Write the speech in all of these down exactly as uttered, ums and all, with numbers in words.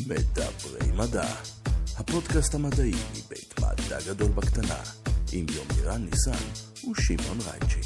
מדברי מדע, הפודקאסט המדעי מבית מדע גדול בקטנה, עם יומירן ניסן ושמעון רייצ'י.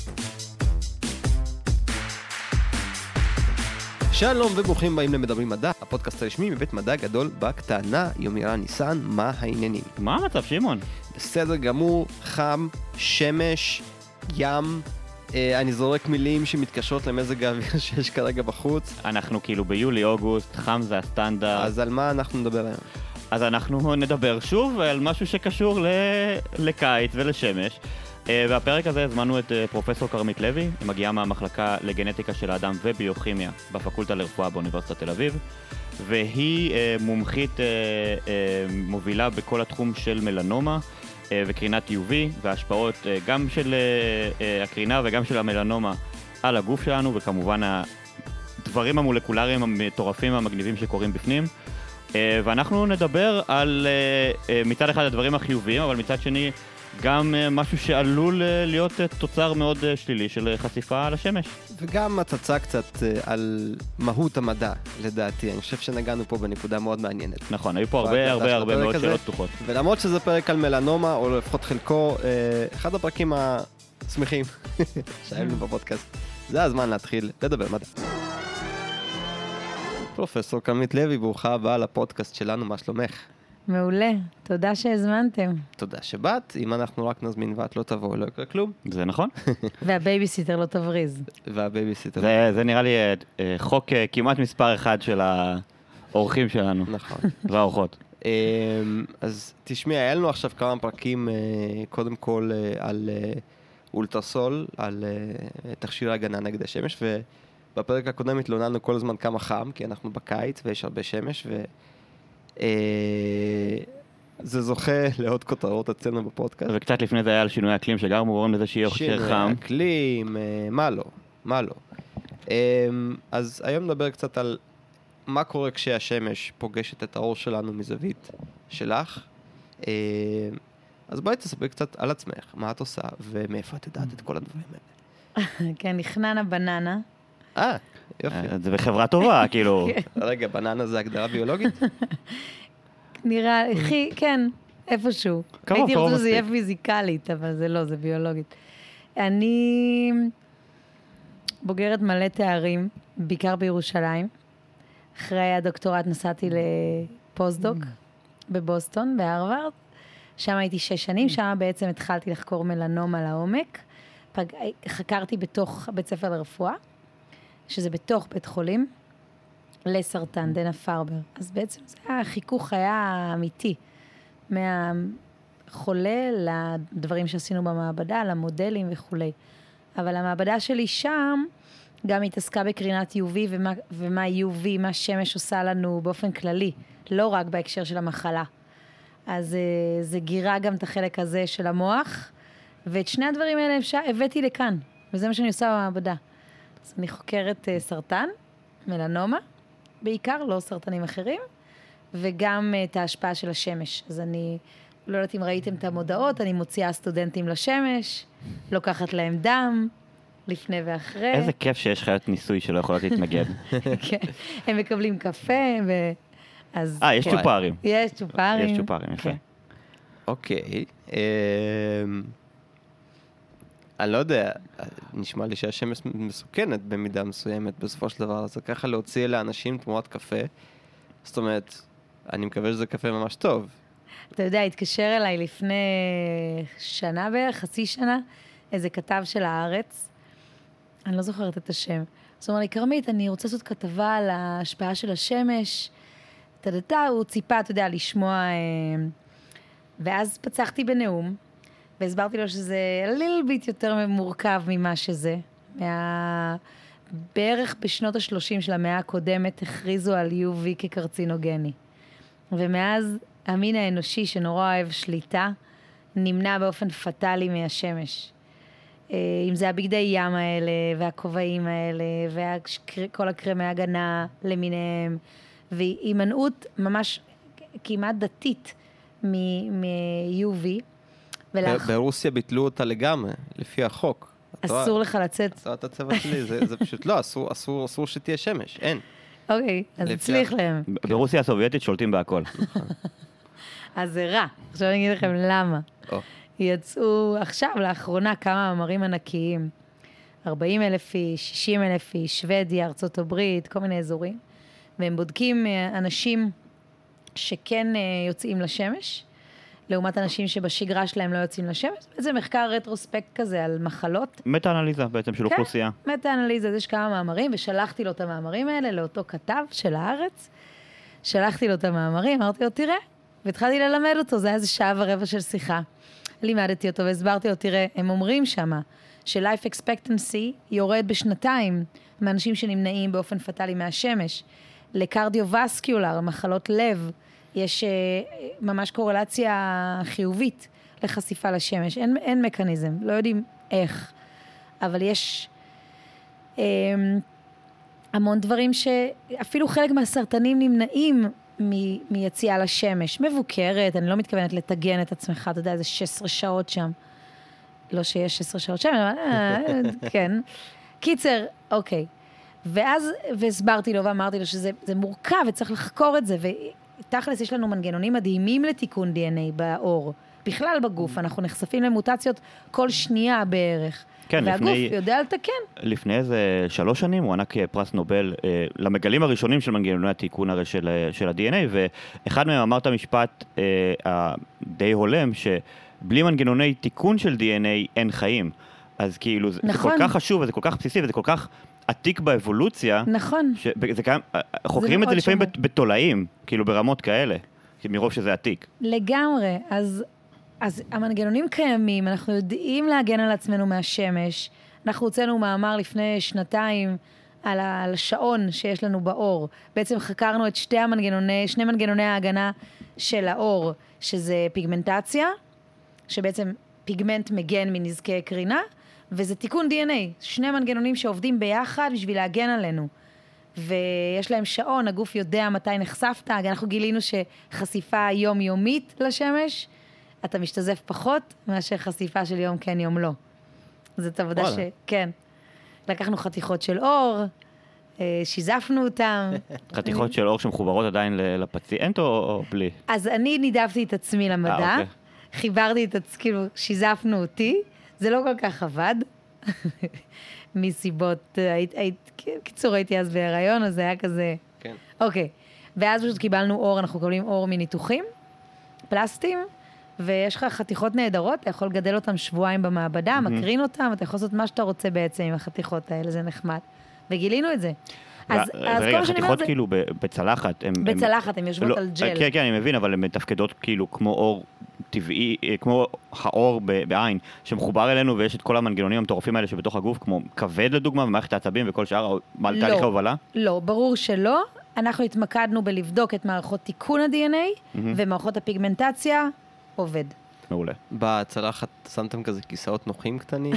שלום וברוכים באים למדברים מדע, הפודקאסט הרשמי מבית מדע גדול בקטנה. יומירן ניסן, מה העניינים? מה המצב, שמעון? בסדר גמור, חם, שמש, ים. אה, אני זורק מילים שמתקשרות למזג האוויר שיש כרגע בחוץ. אנחנו כאילו ביולי, אוגוסט, חם זה הסטנדרט. אז על מה אנחנו נדבר היום? אז אנחנו נדבר שוב על משהו שקשור ל... לקיץ ולשמש. והפרק הזה הזמנו את פרופסור קרמית לוי, היא מגיעה מהמחלקה לגנטיקה של האדם וביוכימיה בפקולטה לרפואה באוניברסיטת תל אביב, והיא מומחית מובילה בכל התחום של מלנומה וקרינת יו וי, וההשפעות גם של הקרינה וגם של המלנומה על הגוף שלנו, וכמובן הדברים המולקולריים המטורפים המגניבים שקורים בפנים. ואנחנו נדבר על מצד אחד הדברים החיוביים, אבל מצד שני גם משהו שעלול להיות תוצר מאוד שלילי של חשיפה לשמש. וגם הצצה קצת על מהות המדע, לדעתי. אני חושב שנגענו פה בנקודה מאוד מעניינת. נכון, היו פה הרבה הרבה הרבה מאוד שאלות פתוחות. ולמרות שזה פרק על מלנומה, או לפחות חלקו, אחד הפרקים השמחים שהיינו בפודקאסט. זה הזמן להתחיל לדבר מדע. פרופסור קרמית לוי, ברוכה הבאה לפודקאסט שלנו, מה שלומך? מעולה, תודה שהזמנתם. תודה שבאת, אם אנחנו רק נזמין ואת לא תבוא, לא יקרה כלום. זה נכון. והבייביסיטר לא תבריז. והבייביסיטר. זה, זה נראה לי חוק כמעט מספר אחד של האורחים שלנו. נכון. והאורחות. אז תשמעי, היה לנו עכשיו כמה פרקים, קודם כל על אולטרסול, על תכשיר הגנה נגד השמש, ובפרק הקודם התלוננו כל הזמן כמה חם, כי אנחנו בקיץ ויש הרבה שמש, ו... זה זוכה לעוד כותרות אצלנו בפודקאסט. וקצת לפני זה היה על שינוי אקלים שגם מובן לזה שיהיה יותר חם. שינוי אקלים, מה לא, מה לא. אז היום נדבר קצת על מה קורה כשהשמש פוגשת את האור שלנו מזווית שלך. אז בואי תספר קצת על עצמך, מה את עושה ומאיפה את יודעת את כל הדברים האלה. כן, נכננה בננה. אה, יופי. זה בחברה טובה, כאילו. רגע, בננה זה הגדרה ביולוגית? נראה, כן, איפשהו. הייתי רוצה שזה יהיה פיזיקלית, אבל זה לא, זה ביולוגית. אני בוגרת מלא תארים, בעיקר בירושלים. אחרי הדוקטורט נסעתי לפוסט-דוק בבוסטון, בהרווארד. שם הייתי שש שנים, שם בעצם התחלתי לחקור מלנומה לעומק. חקרתי בתוך בית ספר לרפואה. שזה בתוך בית חולים, לסרטן, דנה פרבר. אז בעצם זה החיכוך היה אמיתי, מהחולה לדברים שעשינו במעבדה, למודלים וכו'. אבל המעבדה שלי שם גם התעסקה בקרינת יו וי, ומה, ומה יו וי, מה שמש עושה לנו באופן כללי, לא רק בהקשר של המחלה. אז זה גירה גם את החלק הזה של המוח, ואת שני הדברים האלה אפשר, הבאתי לכאן, וזה מה שאני עושה במעבדה. אז אני חוקרת uh, סרטן, מלנומה, בעיקר, לא סרטנים אחרים, וגם uh, את ההשפעה של השמש. אז אני, לא יודעת אם ראיתם את המודעות, אני מוציאה סטודנטים לשמש, לוקחת להם דם, לפני ואחרי. איזה כיף שיש חיית ניסוי שלא יכולות להתנגד. כן, הם מקבלים קפה, ו... אז... אה, יש צ'ופרים. יש צ'ופרים. יש צ'ופרים, יפה. אוקיי. אני לא יודע, נשמע לי שהשמש מסוכנת במידה מסוימת בסופו של דבר, אז ככה להוציא לאנשים תמורת קפה, זאת אומרת, אני מקווה שזה קפה ממש טוב. אתה יודע, התקשר אליי לפני שנה בערך, חצי שנה, איזה כתב של הארץ, אני לא זוכרת את השם, זאת אומרת לי, קרמית, אני רוצה לעשות כתבה על ההשפעה של השמש, תדתה, הוא ציפה, אתה יודע, לשמוע, ואז פצחתי בנאום, והסברתי לו שזה ליל ביט יותר מורכב ממה שזה. מה... בערך בשנות ה-שלושים של המאה הקודמת הכריזו על יו וי כקרצינוגני. ומאז המין האנושי שנורא אוהב שליטה, נמנע באופן פטלי מהשמש. אם זה הבגדי ים האלה, והכובעים האלה, וכל הקרמי הגנה למיניהם, והימנעות ממש כמעט דתית מ-יו וי, ברוסיה ביטלו אותה לגמרי, לפי החוק. אסור לך לצאת. את הצבע שלי, זה פשוט לא, אסור שתהיה שמש, אין. אוקיי, אז הצליח להם. ברוסיה הסובייטית שולטים בהכל. אז זה רע. עכשיו אני אגיד לכם למה. יצאו עכשיו, לאחרונה, כמה מאמרים ענקיים. ארבעים אלף איש, שישים אלף איש, שוודיה, ארצות הברית, כל מיני אזורים. והם בודקים אנשים שכן יוצאים לשמש, לעומת אנשים שבשגרה שלהם לא יוצאים לשמש. זה מחקר רטרוספקט כזה על מחלות. מטה-אנליזה בעצם של אוכלוסייה. כן, מטה-אנליזה, יש כמה מאמרים, ושלחתי לו את המאמרים האלה לאותו כתב של הארץ. שלחתי לו את המאמרים, אמרתי לו, תראה, והתחלתי ללמד אותו, זה היה איזה שעה ורבע של שיחה. לימדתי אותו והסברתי לו, תראה, הם אומרים שמה, ש-life expectancy יורד בשנתיים מאנשים שנמנעים באופן פטלי מהשמש. לקרדיו-וסקיולר, מחלות לב, יש uh, ממש קורלציה חיובית לחשיפה לשמש. אין, אין מקניזם, לא יודעים איך, אבל יש um, המון דברים שאפילו חלק מהסרטנים נמנעים מ- מיציאה לשמש. מבוקרת, אני לא מתכוונת לתגן את עצמך, אתה יודע, איזה שש עשרה שעות שם. לא שיש שש עשרה שעות שם, אבל כן. קיצר, אוקיי. ואז, והסברתי לו ואמרתי לו שזה זה מורכב וצריך לחקור את זה, ותכלס יש לנו מנגנונים מדהימים לתיקון די אן איי בעור. בכלל בגוף, אנחנו נחשפים למוטציות כל שנייה בערך. כן, והגוף לפני, יודע לתקן. לפני איזה שלוש שנים הוא ענק פרס נובל אה, למגלים הראשונים של מנגנוני התיקון הרי של, של ה-די אן איי, ואחד מהם אמר את המשפט אה, די הולם, שבלי מנגנוני תיקון של די אן איי אין חיים. אז כאילו, זה, נכון. זה כל כך חשוב, וזה כל כך בסיסי, וזה כל כך עתיק באבולוציה. נכון. שזה קיים, חוקרים את זה לפעמים בתולעים, כאילו ברמות כאלה, מרוב שזה עתיק. לגמרי, אז... אז המנגנונים קיימים, אנחנו יודעים להגן על עצמנו מהשמש. אנחנו הוצאנו מאמר לפני שנתיים על השעון שיש לנו באור. בעצם חקרנו את שתי המנגנוני, שני מנגנוני ההגנה של האור, שזה פיגמנטציה, שבעצם פיגמנט מגן מנזקי קרינה, וזה תיקון די אן איי. שני מנגנונים שעובדים ביחד בשביל להגן עלינו. ויש להם שעון, הגוף יודע מתי נחשפת. אנחנו גילינו שחשיפה יומיומית לשמש, אתה משתזף פחות מאשר חשיפה של יום כן, יום לא. זאת עבודה ש... כן. לקחנו חתיכות של אור, שיזפנו אותם. חתיכות של אור שמחוברות עדיין לפציינט או בלי? אז אני נידבתי את עצמי למדע, חיברתי את עצמי, כאילו, שיזפנו אותי, זה לא כל כך עבד, מסיבות, קיצור הייתי אז בהיריון, אז זה היה כזה... כן. אוקיי. ואז פשוט קיבלנו אור, אנחנו קבלים אור מניתוחים, פלסטיים, ויש לך חתיכות נהדרות, אתה יכול לגדל אותם שבועיים במעבדה, mm-hmm. מקרין אותם, אתה יכול לעשות מה שאתה רוצה בעצם עם החתיכות האלה, זה נחמד. וגילינו את זה. אז, ו- אז רגע, כל שאני חתיכות זה... כאילו בצלחת. הם, בצלחת, הן יושבות לא, על ג'ל. כן, כן, אני מבין, אבל הן מתפקדות כאילו כמו אור טבעי, כמו האור ב- בעין, שמחובר אלינו ויש את כל המנגנונים המטורפים האלה שבתוך הגוף, כמו כבד לדוגמה, ומערכת העצבים וכל שאר, מה לא, תהליך ההובלה? לא, ברור שלא. אנחנו התמקדנו בלבדוק את מערכות תיקון ה-די אן איי, Mm-hmm. ומערכות הפיגמנטציה עובד. מעולה. בצלחת שמתם כזה כיסאות נוחים קטנים,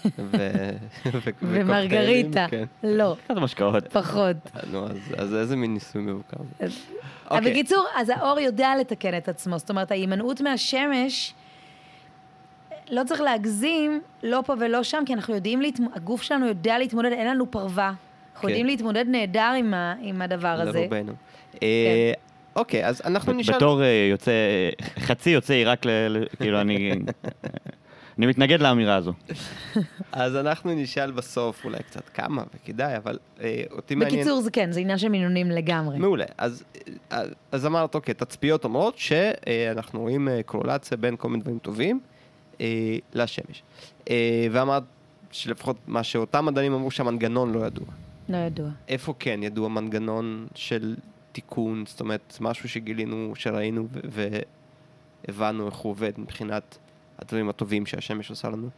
ומרגריטה. לא. כזה משקאות. פחות. נו, אז איזה מין ניסוי מבוקר. אבל בקיצור, אז האור יודע לתקן את עצמו. זאת אומרת, ההימנעות מהשמש, לא צריך להגזים, לא פה ולא שם, כי אנחנו יודעים, הגוף שלנו יודע להתמודד, אין לנו פרווה. אנחנו יודעים להתמודד נהדר עם הדבר הזה. לרובנו. אוקיי, אז אנחנו נשאל... בתור יוצא, חצי יוצא עיראק, כאילו אני... אני מתנגד לאמירה הזו. אז אנחנו נשאל בסוף אולי קצת כמה, וכדאי, אבל אותי מעניין... בקיצור, זה כן, זה עניין של מינונים לגמרי. מעולה. אז, אז אמרת, אוקיי, תצפיות אומרות שאנחנו רואים קורלציה בין כל מיני דברים טובים לשמש. ואמרת שלפחות מה שאותם מדענים אמרו שהמנגנון לא ידוע. לא ידוע. איפה כן ידוע מנגנון של תיקון, זאת אומרת, משהו שגילינו, שראינו והבנו איך הוא עובד מבחינת הדברים הטובים שהשמש עושה לנו?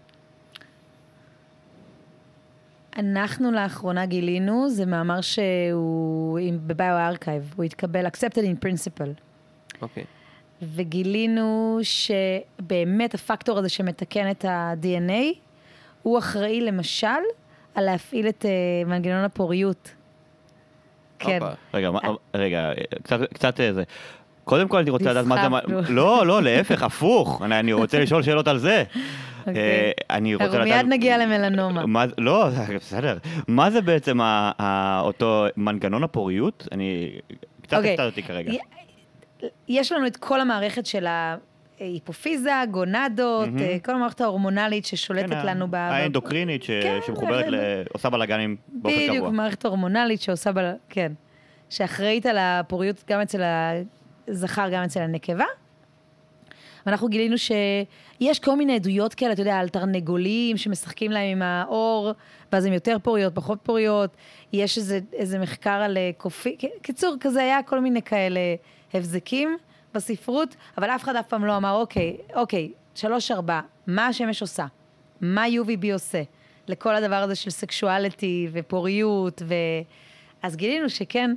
אנחנו לאחרונה גילינו, זה מאמר שהוא בביו-ארכייב, הוא התקבל, accepted in principle. אוקיי. וגילינו שבאמת הפקטור הזה שמתקן את ה-די אן איי, הוא אחראי למשל על להפעיל את uh, מנגנון הפוריות. כן. רגע, רגע, קצת, קצת זה. קודם כל, אני רוצה לדעת מה זה... לא, לא, להפך, הפוך. אני רוצה לשאול שאלות על זה. אני רוצה לדעת... אנחנו מיד נגיע למלנומה. לא, בסדר. מה זה בעצם אותו מנגנון הפוריות? אני קצת הפתעת אותי כרגע. יש לנו את כל המערכת של ההיפופיזה, גונדות, כל המערכת ההורמונלית ששולטת לנו ב... האנדוקרינית שמחוברת, עושה בלגנים באופן קבוע. בדיוק, מערכת הורמונלית שעושה בלגנים, כן. שאחראית על הפוריות גם אצל הזכר, גם אצל הנקבה. ואנחנו גילינו שיש כל מיני עדויות כאלה, אתה יודע, על תרנגולים שמשחקים להם עם האור, ואז הם יותר פוריות, פחות פוריות. יש איזה, איזה מחקר על קופי, קיצור, כזה היה כל מיני כאלה הבזקים בספרות, אבל אף אחד אף פעם לא אמר, אוקיי, אוקיי, שלוש ארבע, מה השמש עושה? מה יו וי בי עושה? לכל הדבר הזה של סקשואליטי ופוריות, ו... אז גילינו שכן.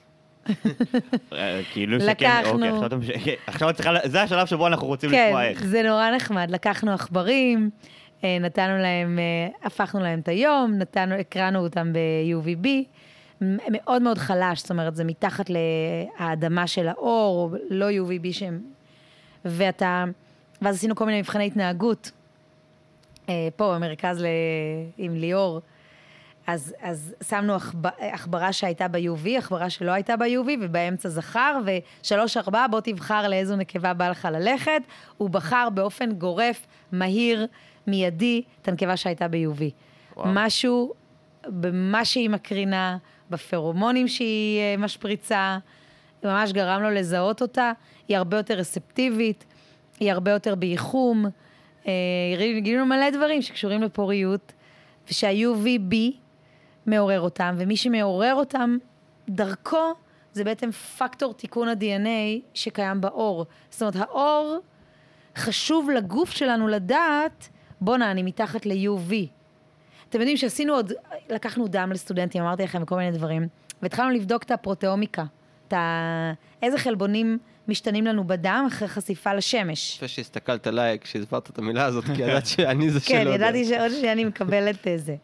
כאילו שכן, אוקיי, עכשיו זה השלב שבו אנחנו רוצים לשמוע איך. כן, זה נורא נחמד, לקחנו עכברים, נתנו להם, הפכנו להם את היום, נתנו, הקראנו אותם ב-יו וי בי, מאוד מאוד חלש, זאת אומרת, זה מתחת לאדמה של האור, או לא יו וי בי שהם, ואתה, ואז עשינו כל מיני מבחני התנהגות, פה במרכז עם ליאור, אז, אז שמנו עכברה שהייתה ב-יו וי, עכברה שלא הייתה ב-יו וי, ובאמצע זכר, ושלוש ארבע, בוא תבחר לאיזו נקבה בא לך ללכת, הוא בחר באופן גורף, מהיר, מיידי, את הנקבה שהייתה ב-יו וי. וואו. משהו, במה שהיא מקרינה, בפרומונים שהיא משפריצה, ממש גרם לו לזהות אותה, היא הרבה יותר רספטיבית, היא הרבה יותר בייחום, גילינו מלא דברים שקשורים לפוריות, ושה-יו וי בי מעורר אותם, ומי שמעורר אותם דרכו, זה בעצם פקטור תיקון ה-די אן איי שקיים באור. זאת אומרת, האור חשוב לגוף שלנו לדעת, בונה, אני מתחת ל-יו וי. אתם יודעים שעשינו עוד, לקחנו דם לסטודנטים, אמרתי לכם וכל מיני דברים, והתחלנו לבדוק את הפרוטאומיקה, את ה... איזה חלבונים משתנים לנו בדם אחרי חשיפה לשמש. לפני שהסתכלת עליי כשהסברת את המילה הזאת, כי ידעת שאני זה שלא יודע. כן, ידעתי שעוד שאני מקבלת זה.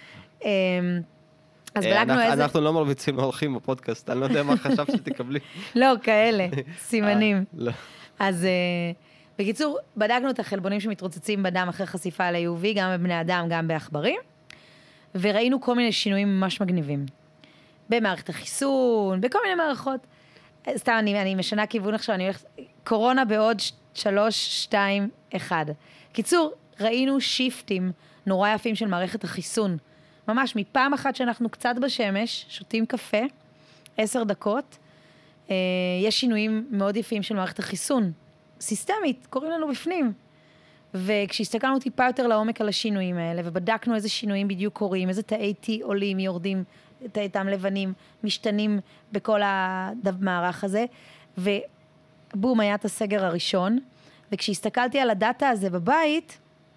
אז בדקנו איזה... אנחנו לא מרביצים להולכים בפודקאסט, אני לא יודע מה חשב שתקבלי. לא, כאלה, סימנים. אז בקיצור, בדקנו את החלבונים שמתרוצצים בדם אחרי חשיפה ל-יו וי, גם בבני אדם, גם בעכברים, וראינו כל מיני שינויים ממש מגניבים. במערכת החיסון, בכל מיני מערכות. סתם, אני, אני משנה כיוון עכשיו, אני הולכת... קורונה בעוד שלוש, שתיים, אחד. קיצור, ראינו שיפטים נורא יפים של מערכת החיסון. ממש, מפעם אחת שאנחנו קצת בשמש, שותים קפה, עשר דקות, אה, יש שינויים מאוד יפים של מערכת החיסון. סיסטמית, קוראים לנו בפנים. וכשהסתכלנו טיפה יותר לעומק על השינויים האלה, ובדקנו איזה שינויים בדיוק קורים, איזה תאי T עולים, יורדים, תאיתם לבנים, משתנים בכל המערך הזה, ובום, היה את הסגר הראשון, וכשהסתכלתי על הדאטה הזה בבית,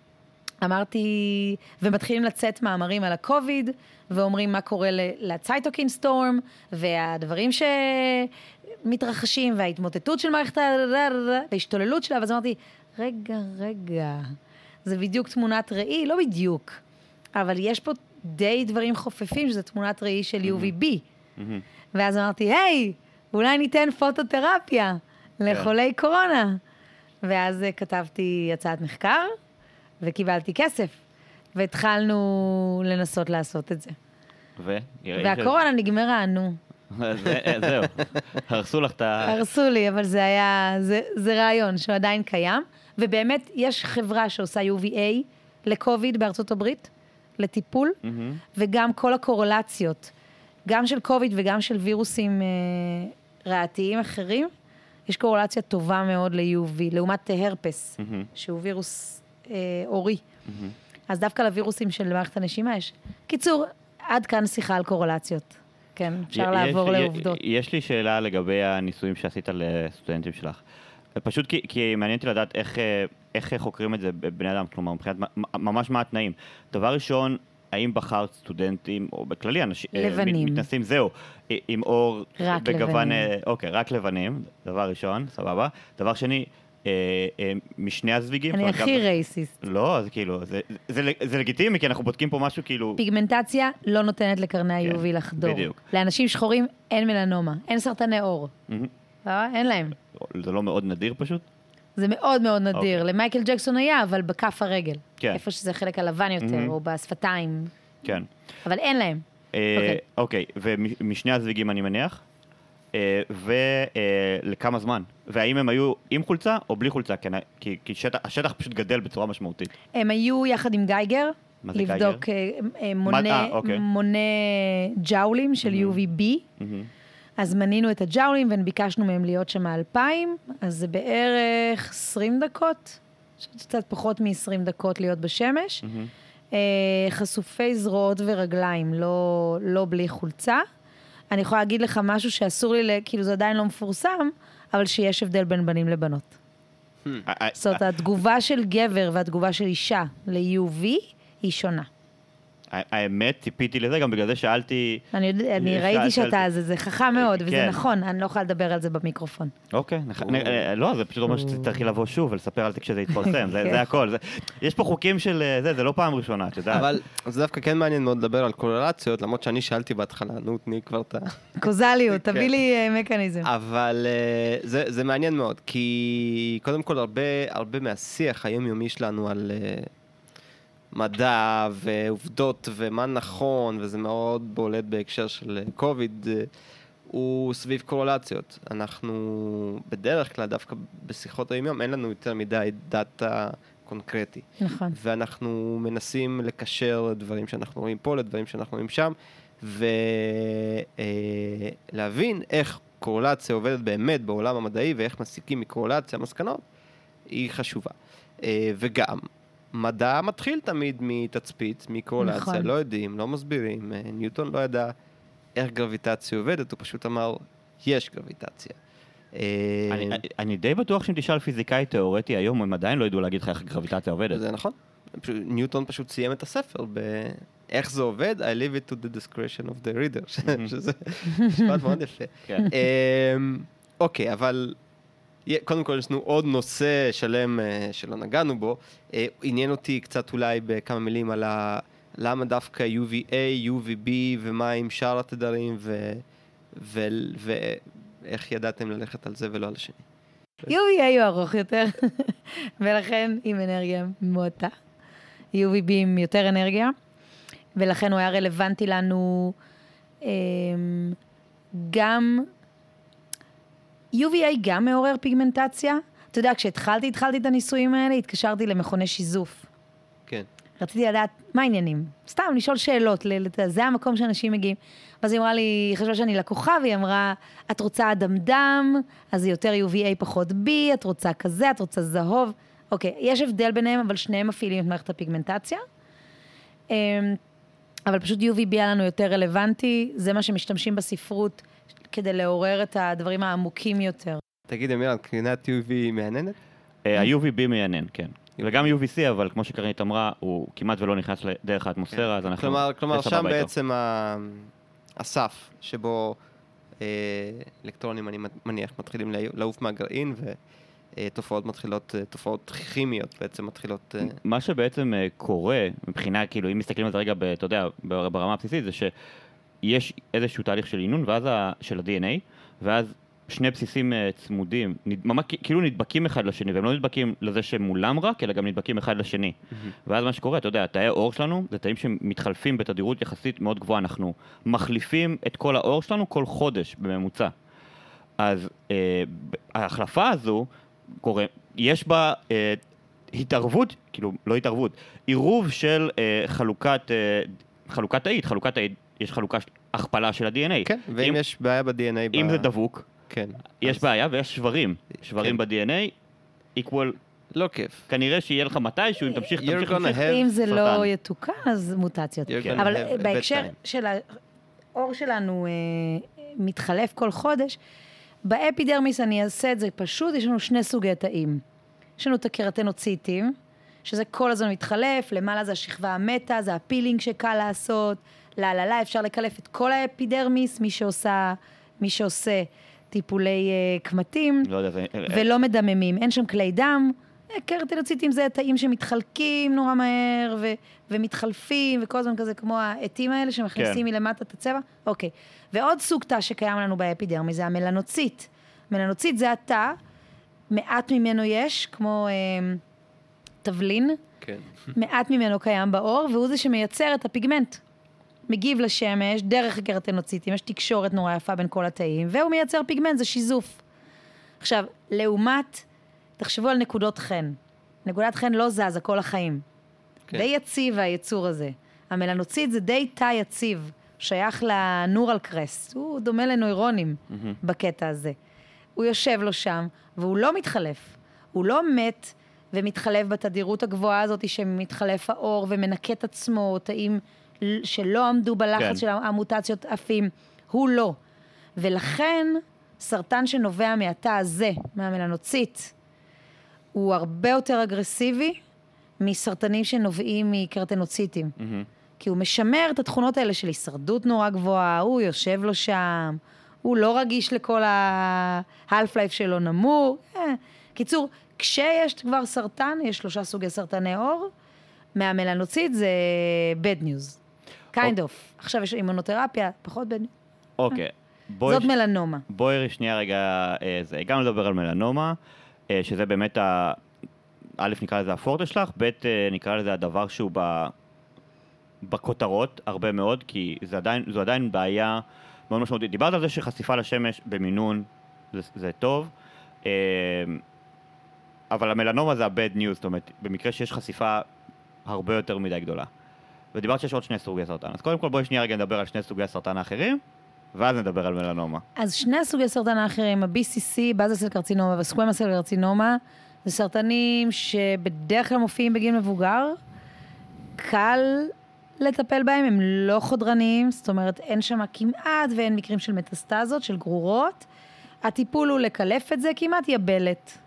אמרתי, ומתחילים לצאת מאמרים על הקוביד, ואומרים מה קורה לצייטוקין סטורם, והדברים שמתרחשים, וההתמוטטות של מערכת, וההשתוללות שלה, ואז אמרתי, רגע, רגע, זה בדיוק תמונת ראי, לא בדיוק, אבל יש פה די דברים חופפים, שזה תמונת ראי של יו וי בי. ואז אמרתי, היי, אולי ניתן פוטותרפיה לחולי קורונה. ואז כתבתי הצעת מחקר, וקיבלתי כסף, והתחלנו לנסות לעשות את זה. ו? והקורונה נגמרה, נו. זהו, הרסו לך את ה... הרסו לי, אבל זה היה, זה רעיון שהוא עדיין קיים, ובאמת יש חברה שעושה יו וי איי לקוביד בארצות הברית, לטיפול, וגם כל הקורלציות, גם של קוביד וגם של וירוסים ריאתיים אחרים, יש קורלציה טובה מאוד ל-יו וי, לעומת הרפס, שהוא וירוס אורי. אז דווקא לווירוסים של מערכת הנשימה יש. קיצור, עד כאן שיחה על קורלציות. כן, אפשר לעבור לעובדות. יש לי שאלה לגבי הניסויים שעשית לסטודנטים שלך. פשוט כי, כי מעניין אותי לדעת איך, איך חוקרים את זה בבני אדם, כלומר, מבחינת ממש מה התנאים. דבר ראשון, האם בחרת סטודנטים, או בכללי, אנשים, לבנים. מתנסים, זהו, עם אור רק בגוון, לבנים. אוקיי, רק לבנים, דבר ראשון, סבבה. דבר שני, משני הזוויגים. אני הכי רייסיסט. לא, אז כאילו, זה, זה, זה, זה לגיטימי, כי אנחנו בודקים פה משהו כאילו... פיגמנטציה לא נותנת לקרני ה-יו וי לחדור. בדיוק. לאנשים שחורים אין מלנומה, אין סרטני עור. אין להם. זה לא מאוד נדיר פשוט? זה מאוד מאוד נדיר. למייקל ג'קסון היה, אבל בכף הרגל. כן. איפה שזה חלק הלבן יותר, או בשפתיים. כן. אבל אין להם. אוקיי, ומשני הזוויגים אני מניח, ולכמה זמן? והאם הם היו עם חולצה או בלי חולצה? כי השטח פשוט גדל בצורה משמעותית. הם היו יחד עם גייגר, לבדוק מונה ג'אולים של יו וי בי. אז מנינו את הג'אולים וביקשנו מהם להיות שם אלפיים, אז זה בערך עשרים דקות, קצת פחות מ-עשרים דקות להיות בשמש. חשופי זרועות ורגליים, לא, לא בלי חולצה. אני יכולה להגיד לך משהו שאסור לי, כאילו זה עדיין לא מפורסם, אבל שיש הבדל בין בנים לבנות. זאת אומרת, התגובה של גבר והתגובה של אישה ל-יו וי היא שונה. האמת, ציפיתי לזה, גם בגלל זה שאלתי... אני ראיתי שאתה, זה חכם מאוד, וזה נכון, אני לא יכולה לדבר על זה במיקרופון. אוקיי, לא, זה פשוט אומר שצריך לבוא שוב ולספר על זה כשזה יתפרסם, זה הכל. יש פה חוקים של זה, זה לא פעם ראשונה, אתה יודע. אבל זה דווקא כן מעניין מאוד לדבר על קורלציות, למרות שאני שאלתי בהתחלה, נו, תני כבר את ה... קוזליות, תביא לי מקניזם. אבל זה מעניין מאוד, כי קודם כל הרבה מהשיח היומיומי שלנו על... מדע ועובדות ומה נכון, וזה מאוד בולט בהקשר של קוביד, הוא סביב קורלציות. אנחנו בדרך כלל, דווקא בשיחות היום, אין לנו יותר מדי דאטה קונקרטי. נכון. ואנחנו מנסים לקשר דברים שאנחנו רואים פה, לדברים שאנחנו רואים שם, ולהבין איך קורלציה עובדת באמת בעולם המדעי, ואיך מסיקים מקורלציה מסקנות, היא חשובה. וגם, מדע מתחיל תמיד מתצפית, מקורלציה, נכון. לא יודעים, לא מסבירים. ניוטון לא ידע איך גרביטציה עובדת, הוא פשוט אמר, יש גרביטציה. אני, אני די בטוח שאם תשאל פיזיקאי תיאורטי היום, הם עדיין לא ידעו להגיד לך איך גרביטציה עובדת. זה נכון. ניוטון פשוט סיים את הספר באיך זה עובד, I leave it to the discretion of the reader, שזה משפט מאוד יפה. אוקיי, אבל... קודם כל, יש לנו עוד נושא שלם שלא נגענו בו. עניין אותי קצת אולי בכמה מילים על ה... למה דווקא יו וי איי, יו וי בי, ומה עם שאר התדרים, ואיך ידעתם ללכת על זה ולא על השני. יו וי איי הוא ארוך יותר, ולכן עם אנרגיה מועטה. יו וי בי עם יותר אנרגיה, ולכן הוא היה רלוונטי לנו גם... יו וי איי גם מעורר פיגמנטציה. אתה יודע, כשהתחלתי, התחלתי את הניסויים האלה, התקשרתי למכוני שיזוף. כן. רציתי לדעת מה העניינים. סתם, לשאול שאלות, זה המקום שאנשים מגיעים. אז היא אמרה לי, היא חשבה שאני לקוחה, והיא אמרה, את רוצה אדם-דם, אז זה יותר יו וי איי פחות B, את רוצה כזה, את רוצה זהוב. אוקיי, יש הבדל ביניהם, אבל שניהם מפעילים את מערכת הפיגמנטציה. אבל פשוט יו וי בי היה לנו יותר רלוונטי, זה מה שמשתמשים בספרות, כדי לעורר את הדברים העמוקים יותר. תגיד, אמיר, קרינת יו וי מעניינת? ה-יו וי בי מעניין, כן. וגם יו וי סי, אבל כמו שקרנית אמרה, הוא כמעט ולא נכנס דרך האטמוספירה, אז אנחנו... כלומר, שם בעצם הסף, שבו אלקטרונים, אני מניח, מתחילים לעוף מהגרעין, ותופעות מתחילות, תופעות כימיות בעצם מתחילות... מה שבעצם קורה, מבחינה, כאילו, אם מסתכלים על זה רגע, אתה יודע, ברמה הבסיסית, זה ש... יש איזשהו תהליך של עינון, ואז ה, של ה-די אן איי, ואז שני בסיסים צמודים, ממש כאילו נדבקים אחד לשני, והם לא נדבקים לזה שמולם רק, אלא גם נדבקים אחד לשני. Mm-hmm. ואז מה שקורה, אתה יודע, תאי האור שלנו, זה תאים שמתחלפים בתדירות יחסית מאוד גבוהה, אנחנו מחליפים את כל האור שלנו כל חודש בממוצע. אז אה, ההחלפה הזו, קורה, יש בה אה, התערבות, כאילו לא התערבות, עירוב של אה, חלוקת, אה, חלוקת תאית, חלוקת תאית, יש חלוקה, הכפלה של ה-די אן איי. כן, ואם אם, יש בעיה ב-די אן איי... אם ב... זה דבוק, כן. יש אז... בעיה ויש שברים. שברים כן. ב-די אן איי, equal... לא כיף. כנראה שיהיה לך מתישהו, אם תמשיך, תמשיך, תמשיך. אם זה לא יתוקן, אז מוטציות. כן. אבל בהקשר של האור שלנו אה, מתחלף כל חודש, באפידרמיס אני אעשה את זה פשוט, יש לנו שני סוגי תאים. יש לנו את הקרטנוציטים, שזה כל הזמן מתחלף, למעלה זה השכבה המטה, זה הפילינג שקל לעשות, לא, לא, לא, אפשר לקלף את כל האפידרמיס, מי שעושה, מי שעושה טיפולי uh, קמטים, לא יודע, זה... ולא מדממים. אין שם כלי דם. קרטנוציטים זה תאים שמתחלקים נורא מהר, ו- ומתחלפים, וכל הזמן כזה כמו העתים האלה שמכניסים כן. מלמטה את הצבע. אוקיי. ועוד סוג תא שקיים לנו באפידרמיס, זה המלנוציט. מלנוציט זה התא מעט ממנו יש, כמו אה, תבלין, כן. מעט ממנו קיים בעור, והוא זה שמייצר את הפיגמנט. מגיב לשמש, דרך הקרטנוציטים, יש תקשורת נורא יפה בין כל התאים, והוא מייצר פיגמנט, זה שיזוף. עכשיו, לעומת, תחשבו על נקודות חן. נקודת חן לא זז, כל החיים. כן. די יציב היצור הזה. המלנוציט זה די תא יציב, שייך לנורל קרסט. הוא דומה לנוירונים mm-hmm. בקטע הזה. הוא יושב לו שם, והוא לא מתחלף. הוא לא מת ומתחלף בתדירות הגבוהה הזאת, שמתחלף האור ומנקה את עצמו, תאים שלא עמדו בלחץ כן. של המוטציות עפים. הוא לא. ולכן, סרטן שנובע מהתא הזה, מהמלנוציט, הוא הרבה יותר אגרסיבי מסרטנים שנובעים מקרטנוציטים. Mm-hmm. כי הוא משמר את התכונות האלה של הישרדות נורא גבוהה, הוא יושב לו שם, הוא לא רגיש לכל ה-half life שלו נמור. אה. קיצור, כשיש כבר סרטן, יש שלושה סוגי סרטני עור, מהמלנוציט זה bad news. kind okay. of. עכשיו יש אימונותרפיה, פחות bad news. אוקיי. Okay. זאת ש... מלנומה. בואי שנייה רגע, זה, גם לדבר על מלנומה, שזה באמת, ה... א' נקרא לזה הפורטה שלך, ב' נקרא לזה הדבר שהוא ב... בכותרות הרבה מאוד, כי זה עדיין, זו עדיין בעיה מאוד משמעותית. דיברת על זה שחשיפה לשמש במינון זה, זה טוב, אבל המלנומה זה ה-bad news, זאת אומרת, במקרה שיש חשיפה הרבה יותר מדי גדולה. ודיברת שיש עוד שני סוגי סרטן. אז קודם כל בואי שנייה רגע נדבר על שני סוגי הסרטן האחרים, ואז נדבר על מלנומה. אז שני סוגי סרטן האחרים, ה-בי סי סי, בזה סל קרצינומה וסקוומה סל קרצינומה, זה סרטנים שבדרך כלל מופיעים בגיל מבוגר, קל לטפל בהם, הם לא חודרניים, זאת אומרת, אין שם כמעט ואין מקרים של מטסטזות, של גרורות. הטיפול הוא לקלף את זה, כמעט יבלת.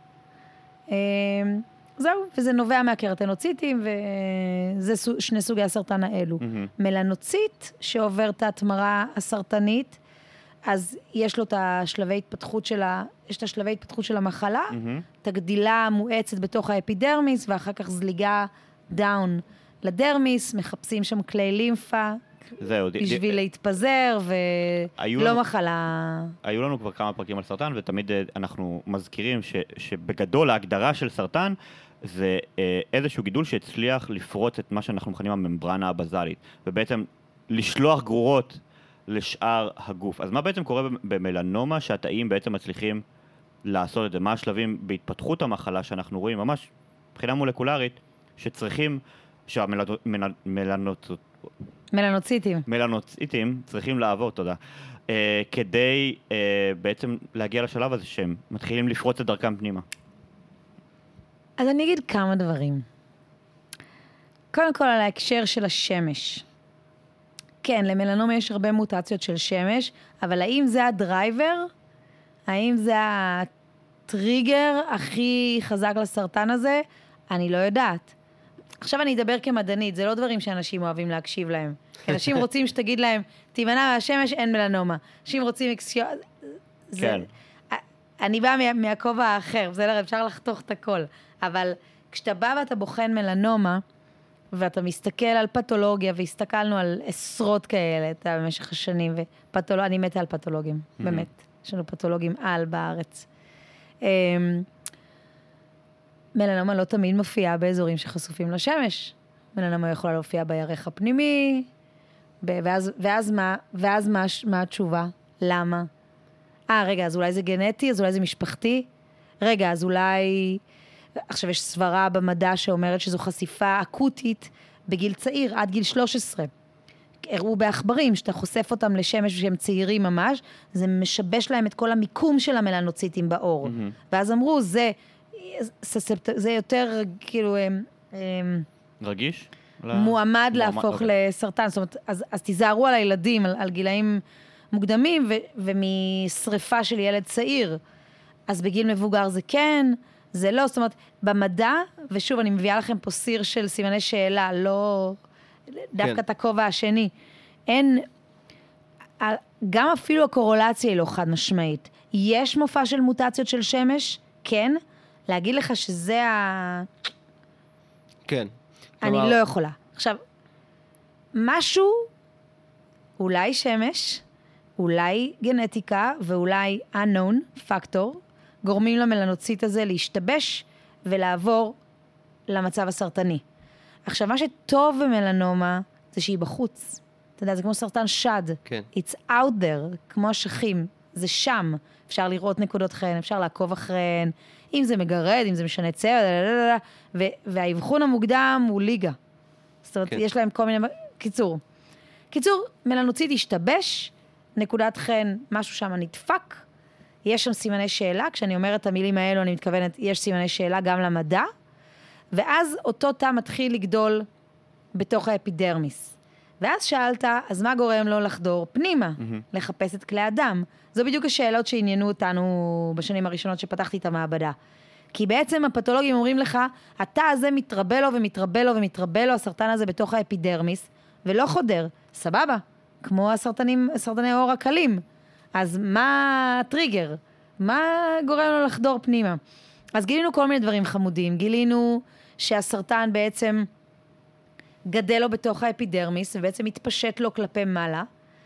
זהו, וזה נובע מהקרטנוציטים, וזה שני סוגי הסרטן האלו. Mm-hmm. מלנוציט, שעובר את ההתמרה הסרטנית, אז יש לו את השלבי התפתחות של, ה... יש את השלבי התפתחות של המחלה, mm-hmm. את הגדילה המואצת בתוך האפידרמיס, ואחר כך זליגה דאון לדרמיס, מחפשים שם כלי לימפה, זהו, בשביל ד... להתפזר, ולא לנו... מחלה. היו לנו כבר כמה פרקים על סרטן, ותמיד אנחנו מזכירים ש... שבגדול ההגדרה של סרטן, זה איזשהו גידול שהצליח לפרוץ את מה שאנחנו מכנים הממברנה הבזלית, ובעצם לשלוח גרורות לשאר הגוף. אז מה בעצם קורה במלנומה שהתאים בעצם מצליחים לעשות את זה? מה השלבים בהתפתחות המחלה שאנחנו רואים, ממש מבחינה מולקולרית, שצריכים, שהמלנוציטים מלנוציטים. מלנוציטים צריכים לעבור, תודה, אה, כדי אה, בעצם להגיע לשלב הזה שהם מתחילים לפרוץ את דרכם פנימה. אז אני אגיד כמה דברים. קודם כל על ההקשר של השמש. כן, למלנומה יש הרבה מוטציות של שמש, אבל האם זה הדרייבר? האם זה הטריגר הכי חזק לסרטן הזה? אני לא יודעת. עכשיו אני אדבר כמדענית, זה לא דברים שאנשים אוהבים להקשיב להם. אנשים רוצים שתגיד להם, תימנע מהשמש, אין מלנומה. אנשים רוצים אקסיו... כן. אני באה מהכובע האחר, בסדר, אפשר לחתוך את הכל. אבל כשאתה בא ואתה בוחן מלנומה, ואתה מסתכל על פתולוגיה, והסתכלנו על עשרות כאלה במשך השנים, ופתולוג... אני מתה על פתולוגים, mm-hmm. באמת. יש לנו פתולוגים על בארץ. מלנומה לא תמיד מופיעה באזורים שחשופים לשמש. מלנומה יכולה להופיע בירך הפנימי, ואז, ואז מה, ואז מה, מה התשובה? למה? אה, רגע, אז אולי זה גנטי, אז אולי זה משפחתי? רגע, אז אולי... עכשיו יש סברה במדע שאומרת שזו חשיפה אקוטית בגיל צעיר, עד גיל שלוש עשרה. הראו בעכברים, שאתה חושף אותם לשמש שהם צעירים ממש, זה משבש להם את כל המיקום של המלנוציטים בעור. Mm-hmm. ואז אמרו, זה, זה יותר כאילו... רגיש? מועמד להפוך לסרטן. זאת אומרת, אז, אז תיזהרו על הילדים, על, על גילאים מוקדמים, ו, ומשריפה של ילד צעיר. אז בגיל מבוגר זה כן, זה לא. זאת אומרת, במדע, ושוב, אני מביאה לכם פה סיר של סימני שאלה, לא... דווקא כן. את הכובע השני. אין... גם אפילו הקורולציה היא לא חד משמעית. יש מופע של מוטציות של שמש? כן. להגיד לך שזה ה... כן. אני כלומר... לא יכולה. עכשיו, משהו, אולי שמש, אולי גנטיקה, ואולי unknown factor, גורמים למלנוציט הזה להשתבש ולעבור למצב הסרטני. עכשיו, מה שטוב במלנומה זה שהיא בחוץ. אתה יודע, זה כמו סרטן שד. כן. It's out there, כמו השכים. זה שם. אפשר לראות נקודות חן, אפשר לעקוב אחריהן, אם זה מגרד, אם זה משנה צבע, והאבחון המוקדם הוא ליגה. זאת אומרת, יש להם כל מיני... קיצור. קיצור, מלנוציט השתבש, נקודת חן, משהו שם נדפק, יש שם סימני שאלה, כשאני אומרת את המילים האלו, אני מתכוונת, יש סימני שאלה גם למדע, ואז אותו תא מתחיל לגדול בתוך האפידרמיס. ואז שאלת, אז מה גורם לו לחדור פנימה, mm-hmm. לחפש את כלי הדם? זו בדיוק השאלות שעניינו אותנו בשנים הראשונות שפתחתי את המעבדה. כי בעצם הפתולוגים אומרים לך, התא הזה מתרבה לו ומתרבה לו ומתרבה לו, הסרטן הזה בתוך האפידרמיס, ולא חודר, סבבה, כמו הסרטנים, סרטני אור הקלים. אז מה הטריגר? מה גורם לו לחדור פנימה? אז גילינו כל מיני דברים חמודים, גילינו שהסרטן בעצם גדל לו בתוך האפידרמיס, ובעצם מתפשט לו כלפי מעלה,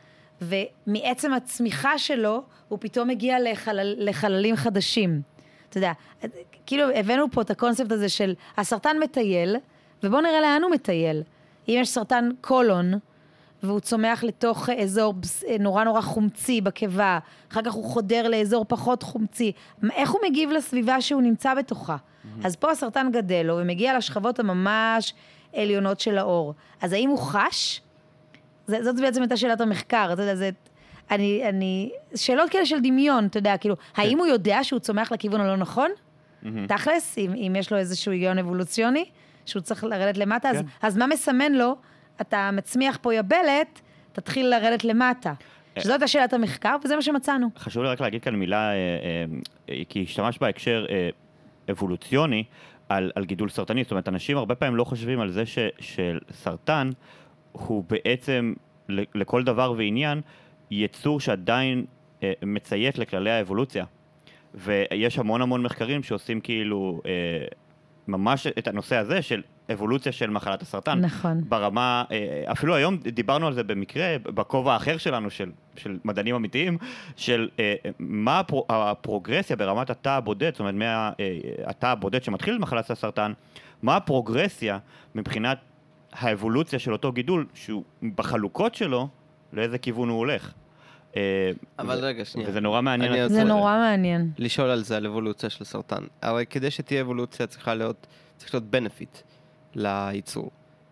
ומעצם הצמיחה שלו, הוא פתאום מגיע לחלל, לחללים חדשים. אתה יודע, כאילו הבאנו פה את הקונספט הזה של הסרטן מטייל, ובואו נראה לאן הוא מטייל. אם יש סרטן קולון, והוא צומח לתוך אזור נורא נורא חומצי בקיבה, אחר כך הוא חודר לאזור פחות חומצי, איך הוא מגיב לסביבה שהוא נמצא בתוכה? Mm-hmm. אז פה הסרטן גדל לו, ומגיע לשכבות הממש עליונות של האור. אז האם הוא חש? זאת בעצם הייתה שאלת המחקר, אתה יודע, זה... אני, אני... שאלות כאלה של דמיון, אתה יודע, כאילו, כן. האם הוא יודע שהוא צומח לכיוון הלא נכון? Mm-hmm. תכלס, אם, אם יש לו איזשהו היגיון אבולוציוני, שהוא צריך לרדת למטה, כן. אז, אז מה מסמן לו? אתה מצמיח פה יבלת, תתחיל לרדת למטה. שזאת השאלת המחקר, וזה מה שמצאנו. חשוב לי רק להגיד כאן מילה, כי השתמש בהקשר אבולוציוני, על, על גידול סרטני. זאת אומרת, אנשים הרבה פעמים לא חושבים על זה ש, שסרטן הוא בעצם, לכל דבר ועניין, יצור שעדיין מציית לכללי האבולוציה. ויש המון המון מחקרים שעושים כאילו... ממש את הנושא הזה של אבולוציה של מחלת הסרטן. נכון. ברמה, אפילו היום דיברנו על זה במקרה, בכובע האחר שלנו, של, של מדענים אמיתיים, של מה הפרו, הפרוגרסיה ברמת התא הבודד, זאת אומרת, מה, התא הבודד שמתחיל במחלת הסרטן, מה הפרוגרסיה מבחינת האבולוציה של אותו גידול, שהוא בחלוקות שלו, לאיזה כיוון הוא הולך. אבל רגע, שנייה. וזה נורא מעניין. זה נורא מעניין. לשאול על זה, על אבולוציה של סרטן. הרי כדי שתהיה אבולוציה צריכה להיות, צריך להיות benefit לייצור.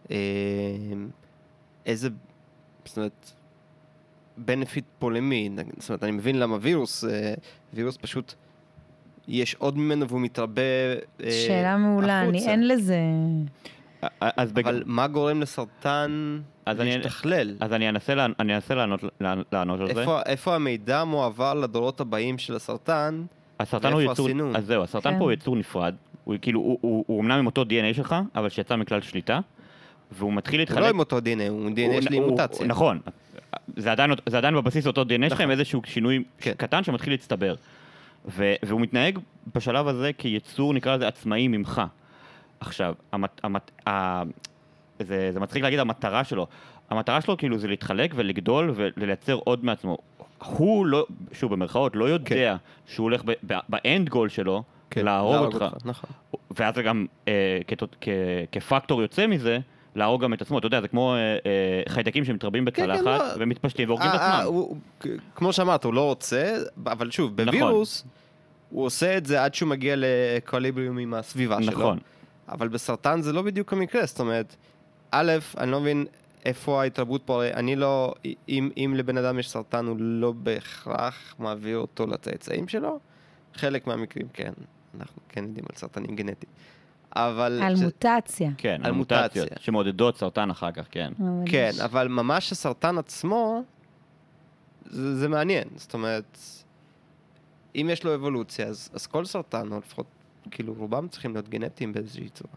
איזה, זאת אומרת, benefit פולמי. זאת אומרת, אני מבין למה וירוס, וירוס פשוט, יש עוד ממנו והוא מתרבה החוצה. שאלה מעולה, אני אין לזה... אבל מה גורם לסרטן להשתכלל? אז אני אנסה לענות על זה. איפה המידע מועבר לדורות הבאים של הסרטן? הסרטן הוא יצור, אז זהו, הסרטן פה הוא יצור נפרד. הוא כאילו, הוא אומנם עם אותו די אן איי שלך, אבל שיצא מכלל שליטה, והוא מתחיל להתחלק... הוא לא עם אותו די אן איי, הוא די אן איי שלי עם מוטציה. נכון. זה עדיין בבסיס אותו די אן איי שלך, עם איזשהו שינוי קטן שמתחיל להצטבר. והוא מתנהג בשלב הזה כיצור, נקרא לזה, עצמאי ממך. עכשיו, המת, המת, ה, זה, זה מצחיק להגיד, המטרה שלו, המטרה שלו כאילו זה להתחלק ולגדול ולייצר עוד מעצמו. הוא לא, שוב במרכאות, לא יודע כן. שהוא הולך באנד גול שלו, כן, להרוג אותך. אותך. נכון. ואז זה גם אה, כ, כ, כפקטור יוצא מזה, להרוג גם את עצמו. אתה יודע, זה כמו אה, אה, חיידקים שמתרבים בצלחת כן, כן, לא. ומתפשטים והורגים את עצמם. הוא, כמו שאמרת, הוא לא רוצה, אבל שוב, בווירוס, נכון. הוא עושה את זה עד שהוא מגיע לקוליבריום עם הסביבה נכון. שלו. אבל בסרטן זה לא בדיוק המקרה, זאת אומרת, א', אני לא מבין איפה ההתרבות פה, אני לא, אם, אם לבן אדם יש סרטן, הוא לא בהכרח מעביר אותו לצאצאים שלו, חלק מהמקרים כן, אנחנו כן יודעים על סרטנים גנטיים, אבל... על ש... מוטציה. כן, על מוטציות, שמעודדות סרטן אחר כך, כן. כן, אבל ממש הסרטן עצמו, זה, זה מעניין, זאת אומרת, אם יש לו אבולוציה, אז, אז כל סרטן, או לפחות, כאילו, רובם צריכים להיות גנטיים באיזושהי צורה.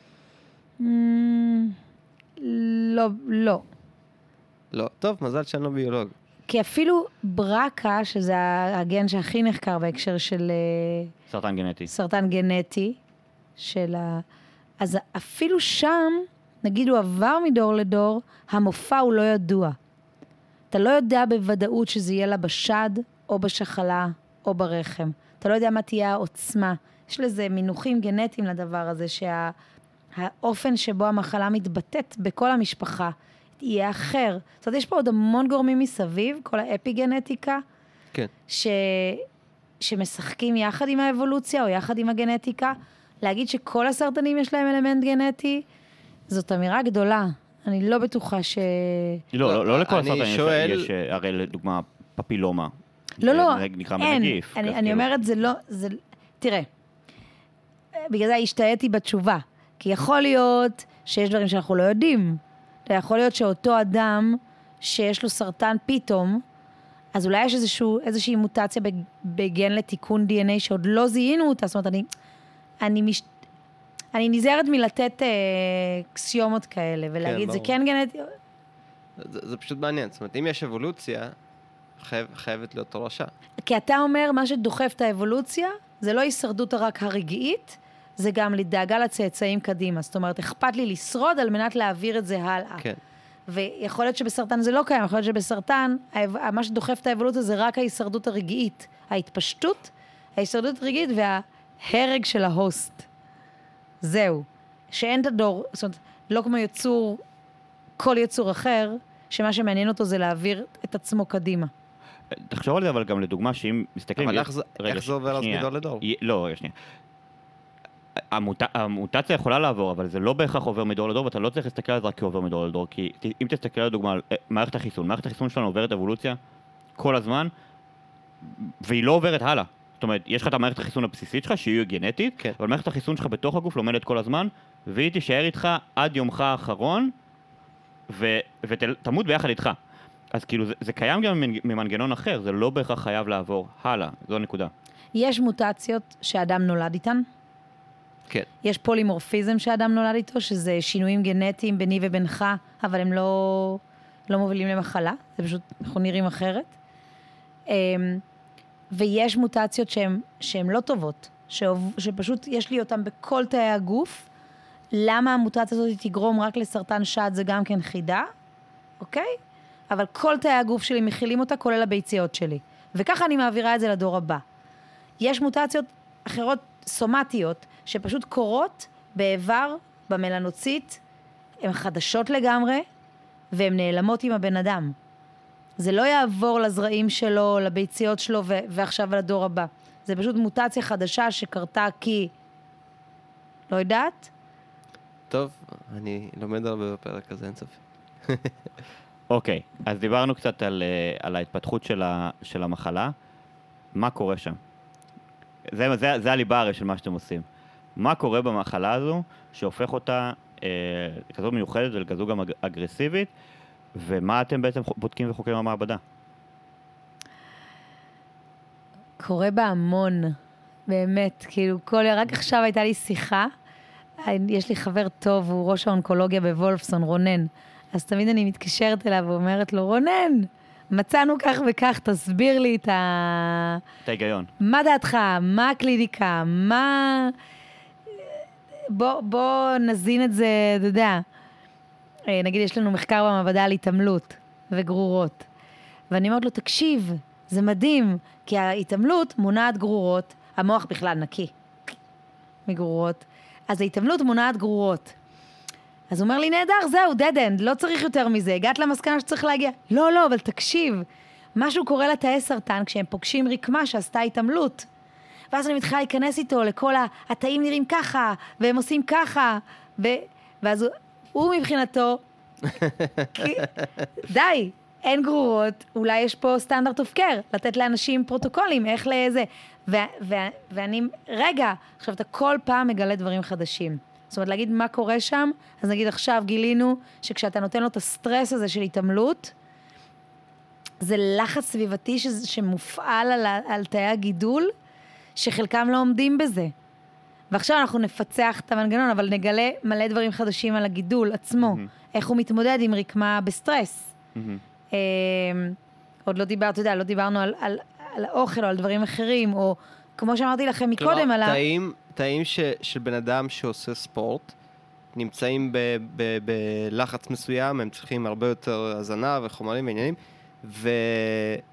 לא, לא. לא, טוב, מזל שאני לא ביולוג. כי אפילו ברקה, שזה הגן שהכי נחקר בהקשר של... סרטן גנטי. סרטן גנטי, של ה... אז אפילו שם, נגיד הוא עבר מדור לדור, המופע הוא לא ידוע. אתה לא יודע בוודאות שזה יהיה לה בשד, או בשחלה, או ברחם. אתה לא יודע מה תהיה העוצמה. יש לזה מינוחים גנטיים לדבר הזה, שהאופן שבו המחלה מתבטאת בכל המשפחה יהיה אחר. זאת אומרת, יש פה עוד המון גורמים מסביב, כל האפיגנטיקה, כן. ש... שמשחקים יחד עם האבולוציה או יחד עם הגנטיקה. להגיד שכל הסרטנים יש להם אלמנט גנטי, זאת אמירה גדולה. אני לא בטוחה ש... לא, לא, לא לכל אני הסרטנים שואל- יש, יש, הרי לדוגמה, פפילומה. לא, זה לא, נקרא אין. מנגיף. אני, אז אני כאילו- אומרת, זה לא, זה... תראה, בגלל זה השתהיתי בתשובה. כי יכול להיות שיש דברים שאנחנו לא יודעים. אתה יכול להיות שאותו אדם שיש לו סרטן פתאום, אז אולי יש איזשהו, איזושהי מוטציה בגן לתיקון די אן איי שעוד לא זיהינו אותה. זאת אומרת, אני, אני, מש, אני נזהרת מלתת אה, אקסיומות כאלה, ולהגיד, זה ברור. כן גנטי... זה, זה פשוט מעניין. זאת אומרת, אם יש אבולוציה, חייב, חייבת להיות תורשה. כי אתה אומר, מה שדוחף את האבולוציה, זה לא הישרדות רק הרגעית, זה גם לדאגה לצאצאים קדימה. זאת אומרת, אכפת לי לשרוד על מנת להעביר את זה הלאה. כן. ויכול להיות שבסרטן זה לא קיים, יכול להיות שבסרטן, מה שדוחף את האבולוציה זה רק ההישרדות הרגעית. ההתפשטות, ההישרדות הרגעית וההרג של ההוסט. זהו. שאין את הדור, זאת אומרת, לא כמו יצור, כל יצור אחר, שמה שמעניין אותו זה להעביר את עצמו קדימה. תחשוב על זה, אבל גם לדוגמה, שאם מסתכלים... אבל יש- איך זה- רגע, איך זה עובר אז שנייה. מדור לדור? י- לא, רגע, שנייה. המוט... המוטציה יכולה לעבור, אבל זה לא בהכרח עובר מדור לדור, ואתה לא צריך להסתכל על זה רק כעובר מדור לדור, כי ת- אם תסתכל לדוגמה על אה, מערכת החיסון, מערכת החיסון שלנו עוברת אבולוציה כל הזמן, והיא לא עוברת הלאה. זאת אומרת, יש לך את המערכת החיסון הבסיסית שלך, שהיא גנטית, כן. אבל מערכת החיסון שלך בתוך הגוף לומדת כל הזמן, והיא תישאר איתך עד יומך האחרון, ו... ותמות ביחד איתך. אז כאילו, זה, זה קיים גם ממנגנון אחר, זה לא בהכרח חייב לעבור הלאה, זו הנקודה. יש מוטציות שאדם נולד איתן, כן. יש פולימורפיזם שאדם נולד איתו, שזה שינויים גנטיים ביני ובינך, אבל הם לא, לא מובילים למחלה, זה פשוט, אנחנו נראים אחרת. אמ, ויש מוטציות שהן, שהן לא טובות, שעוב, שפשוט יש לי אותן בכל תאי הגוף. למה המוטציה הזאת תגרום רק לסרטן שד זה גם כן חידה, אוקיי? אבל כל תאי הגוף שלי מכילים אותה, כולל הביציות שלי. וככה אני מעבירה את זה לדור הבא. יש מוטציות אחרות סומטיות, שפשוט קורות באיבר, במלנוצית, הן חדשות לגמרי, והן נעלמות עם הבן אדם. זה לא יעבור לזרעים שלו, לביציות שלו, ו- ועכשיו לדור הבא. זה פשוט מוטציה חדשה שקרתה כי... לא יודעת? טוב, אני לומד הרבה בפרק הזה, אין ספק. אוקיי, אז דיברנו קצת על, אה, על ההתפתחות של, ה, של המחלה. מה קורה שם? זה, זה, זה הליבה הרי של מה שאתם עושים. מה קורה במחלה הזו שהופך אותה אה, כזו מיוחדת וכזו גם אג, אגרסיבית, ומה אתם בעצם בודקים וחוקרים במעבדה? קורה בה המון, באמת, כאילו, כל, רק עכשיו הייתה לי שיחה, יש לי חבר טוב, הוא ראש האונקולוגיה בוולפסון, רונן, אז תמיד אני מתקשרת אליו ואומרת לו, רונן, מצאנו כך וכך, תסביר לי את ה... את ההיגיון. מה דעתך? מה הקליניקה? מה... בוא, בוא נזין את זה, אתה יודע. נגיד, יש לנו מחקר במעבדה על התעמלות וגרורות. ואני אומרת לו, תקשיב, זה מדהים, כי ההתעמלות מונעת גרורות, המוח בכלל נקי מגרורות, אז ההתעמלות מונעת גרורות. אז הוא אומר לי, נהדר, זהו, dead end, לא צריך יותר מזה, הגעת למסקנה שצריך להגיע. לא, לא, אבל תקשיב, משהו קורה לתאי סרטן כשהם פוגשים רקמה שעשתה התעמלות. ואז אני מתחילה להיכנס איתו לכל ה... התאים נראים ככה, והם עושים ככה, ו... ואז הוא, הוא מבחינתו, כי... די, אין גרורות, אולי יש פה סטנדרט אוף קר, לתת לאנשים פרוטוקולים, איך לזה. ו... ו... ואני, רגע, עכשיו אתה כל פעם מגלה דברים חדשים. זאת אומרת, להגיד מה קורה שם, אז נגיד עכשיו גילינו שכשאתה נותן לו את הסטרס הזה של התעמלות, זה לחץ סביבתי ש... שמופעל על, ה... על תאי הגידול, שחלקם לא עומדים בזה. ועכשיו אנחנו נפצח את המנגנון, אבל נגלה מלא דברים חדשים על הגידול עצמו, mm-hmm. איך הוא מתמודד עם רקמה בסטרס. Mm-hmm. אה, עוד לא דיבר, אתה יודע, לא דיברנו על, על, על האוכל או על דברים אחרים, או כמו שאמרתי לכם מקודם, כלומר, על ה... תאים, תאים ש, של בן אדם שעושה ספורט, נמצאים ב, ב, בלחץ מסוים, הם צריכים הרבה יותר הזנה וחומרים ועניינים,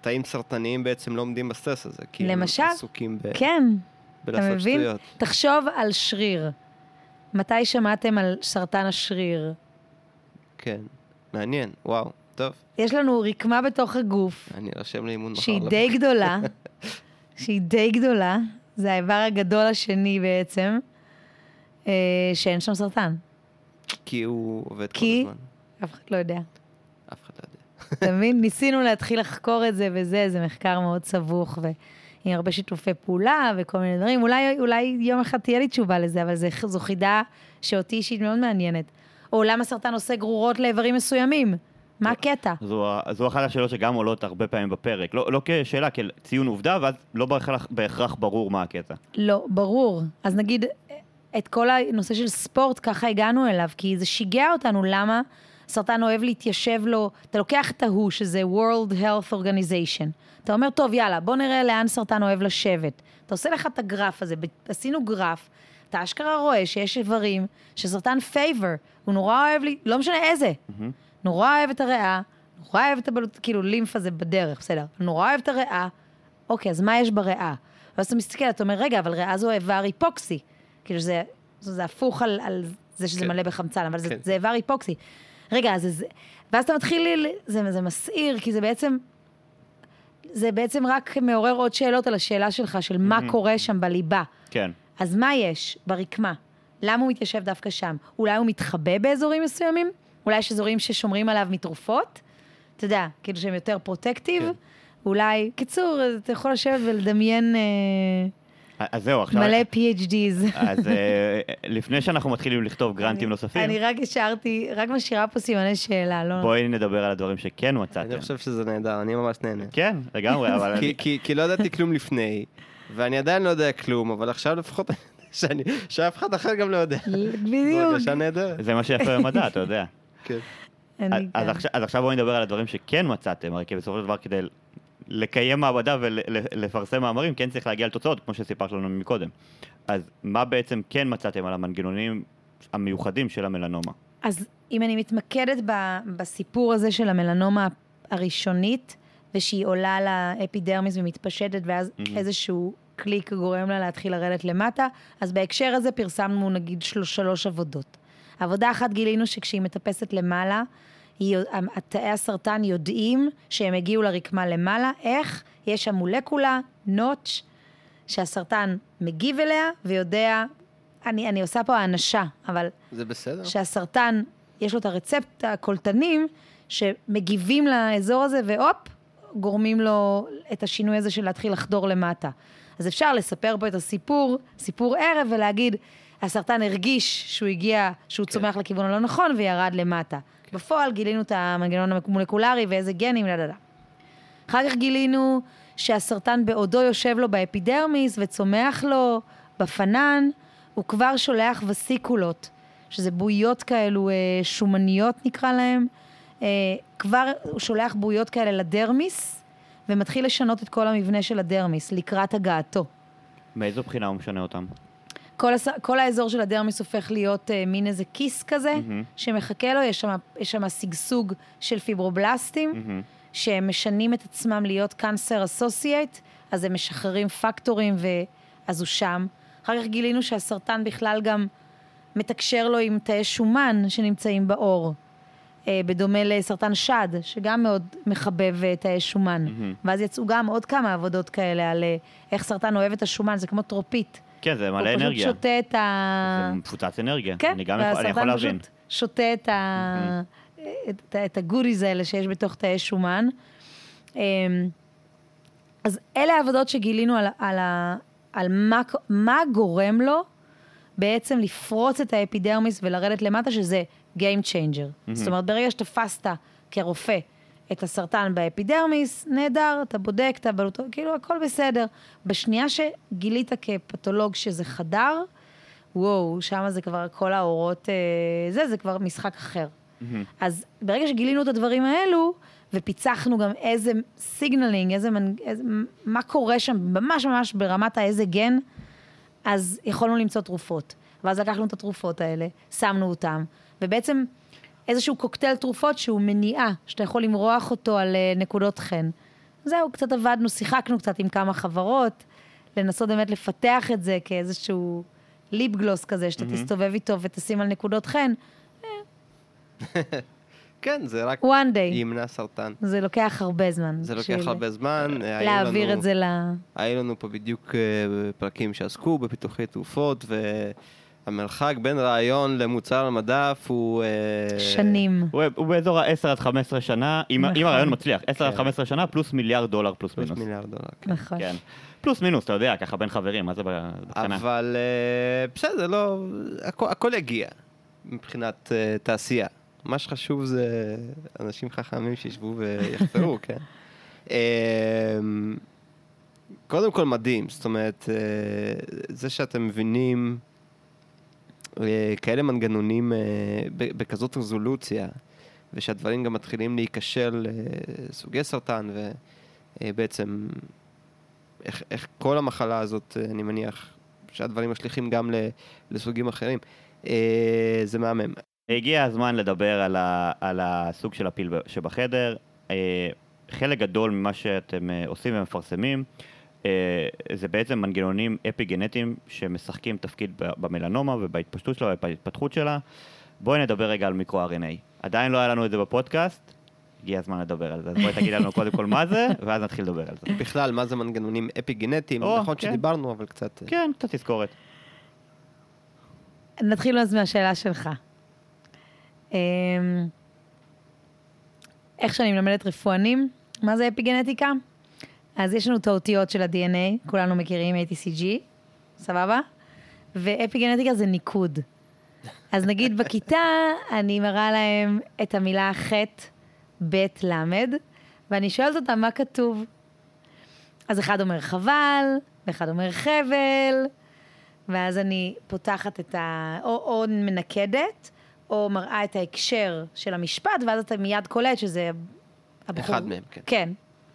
תאים סרטניים בעצם לא עומדים בסטרס הזה, כי למשל, הם עסוקים ב... כן, בלעשות אתה מבין? שטויות. תחשוב על שריר. מתי שמעתם על סרטן השריר? כן, מעניין, וואו, טוב. יש לנו רקמה בתוך הגוף, אני ארשם לאימון מחר. שהיא לבוא. די גדולה, שהיא די גדולה, זה האיבר הגדול השני בעצם, אה, שאין שם סרטן. כי הוא עובד כי? כל הזמן. אף אחד לא יודע. אף אחד לא יודע. אתה מבין? ניסינו להתחיל לחקור את זה וזה, זה מחקר מאוד סבוך ועם הרבה שיתופי פעולה וכל מיני דברים. אולי, אולי יום אחד תהיה לי תשובה לזה, אבל זה, זו חידה שאותי אישית מאוד מעניינת. או למה סרטן עושה גרורות לאיברים מסוימים? מה הקטע? זו, זו אחת השאלות שגם עולות הרבה פעמים בפרק. לא, לא כשאלה, כציון עובדה, ואז לא בהכרח, בהכרח ברור מה הקטע. לא, ברור. אז נגיד, את כל הנושא של ספורט, ככה הגענו אליו, כי זה שיגע אותנו, למה סרטן אוהב להתיישב לו, אתה לוקח את ההוא, שזה World Health Organization, אתה אומר, טוב, יאללה, בוא נראה לאן סרטן אוהב לשבת. אתה עושה לך את הגרף הזה, עשינו גרף, אתה אשכרה רואה שיש איברים, שסרטן פייבר, הוא נורא אוהב לי, לא משנה איזה, mm-hmm. נורא אוהב את הריאה, נורא אוהב את הבלות, כאילו לימפה זה בדרך, בסדר, נורא אוהב את הריאה, אוקיי, אז מה יש בריאה? ואז אתה מסתכל, אתה אומר, רגע, אבל ריאה זו איבר היפוקסי, כאילו זה, זה הפוך על, על זה שזה כן. מלא בחמצן, אבל כן. זה, זה איבר היפוקסי. רגע, זה, זה, ואז אתה מתחיל, זה, זה מסעיר, כי זה בעצם, זה בעצם רק מעורר עוד שאלות על השאלה שלך, של מה mm-hmm. קורה שם בליבה. כן. אז מה יש ברקמה? למה הוא מתיישב דווקא שם? אולי הוא מתחבא באזורים מסוימים? אולי יש אזורים ששומרים עליו מתרופות? אתה יודע, כאילו שהם יותר פרוטקטיב? כן. אולי, קיצור, אתה יכול לשבת ולדמיין... אז זהו, עכשיו... מלא פי אייץ' דיז. אז לפני שאנחנו מתחילים לכתוב גרנטים נוספים... אני רק השארתי, רק משאירה פה סימני שאלה, לא... בואי נדבר על הדברים שכן מצאתם. אני חושב שזה נהדר, אני ממש נהנה. כן, לגמרי, אבל... כי לא ידעתי כלום לפני, ואני עדיין לא יודע כלום, אבל עכשיו לפחות שאף אחד אחר גם לא יודע. בדיוק. זו הרגשה נהדרת. זה מה שיפה במדע, אתה יודע. כן. אז עכשיו בואי נדבר על הדברים שכן מצאתם, הרי כי בסופו של דבר כדי... לקיים מעבדה ולפרסם מאמרים, כן צריך להגיע לתוצאות, כמו שסיפרת לנו מקודם. אז מה בעצם כן מצאתם על המנגנונים המיוחדים של המלנומה? אז אם אני מתמקדת בסיפור הזה של המלנומה הראשונית, ושהיא עולה לאפידרמיס ומתפשטת, ואז mm-hmm. איזשהו קליק גורם לה להתחיל לרדת למטה, אז בהקשר הזה פרסמנו נגיד שלוש, שלוש עבודות. עבודה אחת גילינו שכשהיא מטפסת למעלה, תאי הסרטן יודעים שהם הגיעו לרקמה למעלה, איך? יש שם מולקולה, נוטש, שהסרטן מגיב אליה ויודע, אני, אני עושה פה האנשה, אבל... זה בסדר. שהסרטן, יש לו את הרצפט הקולטנים, שמגיבים לאזור הזה, ואופ, גורמים לו את השינוי הזה של להתחיל לחדור למטה. אז אפשר לספר פה את הסיפור, סיפור ערב, ולהגיד, הסרטן הרגיש שהוא הגיע, שהוא כן. צומח לכיוון הלא נכון, וירד למטה. בפועל גילינו את המנגנון המולקולרי ואיזה גנים, לא, לא, לא. אחר כך גילינו שהסרטן בעודו יושב לו באפידרמיס וצומח לו בפנן, הוא כבר שולח וסיקולות, שזה בויות כאלו שומניות נקרא להם, כבר הוא שולח בויות כאלה לדרמיס, ומתחיל לשנות את כל המבנה של הדרמיס, לקראת הגעתו. מאיזו בחינה הוא משנה אותם? כל, הס... כל האזור של הדרמיס הופך להיות uh, מין איזה כיס כזה, mm-hmm. שמחכה לו, יש שם, יש שם סגסוג של פיברובלסטים, mm-hmm. שהם משנים את עצמם להיות קאנסר אסוסייט, אז הם משחררים פקטורים, ואז הוא שם. אחר כך גילינו שהסרטן בכלל גם מתקשר לו עם תאי שומן שנמצאים באור, uh, בדומה לסרטן שד, שגם מאוד מחבב uh, תאי שומן. Mm-hmm. ואז יצאו גם עוד כמה עבודות כאלה על uh, איך סרטן אוהב את השומן, זה כמו טרופית. כן, זה מלא אנרגיה. הוא פשוט שותה את ה... זה מפוצץ אנרגיה. כן, אני גם יכול, אני יכול להבין. והסרטן פשוט שותה את, ה... את, את הגודיז האלה שיש בתוך תאי שומן. אז אלה העבודות שגילינו על, על, על מה, מה גורם לו בעצם לפרוץ את האפידרמיס ולרדת למטה, שזה game changer. זאת אומרת, ברגע שתפסת כרופא, את הסרטן באפידרמיס, נהדר, אתה בודק, אתה בלוטו, כאילו הכל בסדר. בשנייה שגילית כפתולוג שזה חדר, וואו, שם זה כבר כל האורות, זה, זה כבר משחק אחר. Mm-hmm. אז ברגע שגילינו את הדברים האלו, ופיצחנו גם איזה סיגנלינג, איזה, איזה, מה קורה שם, ממש ממש ברמת האיזה גן, אז יכולנו למצוא תרופות. ואז לקחנו את התרופות האלה, שמנו אותם, ובעצם... איזשהו קוקטייל תרופות שהוא מניעה, שאתה יכול למרוח אותו על נקודות חן. זהו, קצת עבדנו, שיחקנו קצת עם כמה חברות, לנסות באמת לפתח את זה כאיזשהו ליפ גלוס כזה, שאתה תסתובב איתו ותשים על נקודות חן. כן, זה רק one day. ימנע סרטן. זה לוקח הרבה זמן. זה לוקח הרבה זמן. להעביר את זה ל... היו לנו פה בדיוק פרקים שעסקו בפיתוחי תרופות, והמרחק בין רעיון למוצר המדף הוא... שנים. הוא באזור ה-עשר עד חמש עשרה שנה, אם הרעיון מצליח, עשר עד חמש עשרה שנה, פלוס מיליארד דולר, פלוס מינוס. פלוס מיליארד דולר, כן. נכון. פלוס מינוס, אתה יודע, ככה בין חברים, מה זה בשנה? אבל בסדר, לא... הכל יגיע מבחינת תעשייה. מה שחשוב זה אנשים חכמים שישבו ויחפרו, כן? קודם כל מדהים, זאת אומרת, זה שאתם מבינים כאלה מנגנונים בכזאת רזולוציה, ושהדברים גם מתחילים להיקשר לסוגי סרטן, ובעצם איך, איך כל המחלה הזאת, אני מניח, שהדברים משליכים גם לסוגים אחרים, זה מהמם. הגיע הזמן לדבר על, ה, על הסוג של הפיל שבחדר. אה, חלק גדול ממה שאתם אה, עושים ומפרסמים, אה, זה בעצם מנגנונים אפיגנטיים שמשחקים תפקיד במלנומה ובהתפשטות שלה ובהתפתחות שלה. בואי נדבר רגע על מיקרו-אר אן איי. עדיין לא היה לנו את זה בפודקאסט, הגיע הזמן לדבר על זה. אז בואי תגיד לנו קודם כל מה זה, ואז נתחיל לדבר על זה. בכלל, מה זה מנגנונים אפיגנטיים? או, נכון כן. שדיברנו, אבל קצת... כן, קצת תזכורת. נתחיל אז מהשאלה שלך. איך שאני מלמדת רפואנים, מה זה אפיגנטיקה? אז יש לנו את האותיות של ה-די אן איי, כולנו מכירים איי טי סי ג'י, סבבה? ואפיגנטיקה זה ניקוד. אז נגיד בכיתה, אני מראה להם את המילה ח' ב' למד, ואני שואלת אותם מה כתוב. אז אחד אומר חבל, ואחד אומר חבל, ואז אני פותחת את ה... או, או מנקדת, או מראה את ההקשר של המשפט, ואז אתה מיד קולט שזה הבחור. אחד מהם, כן. כן.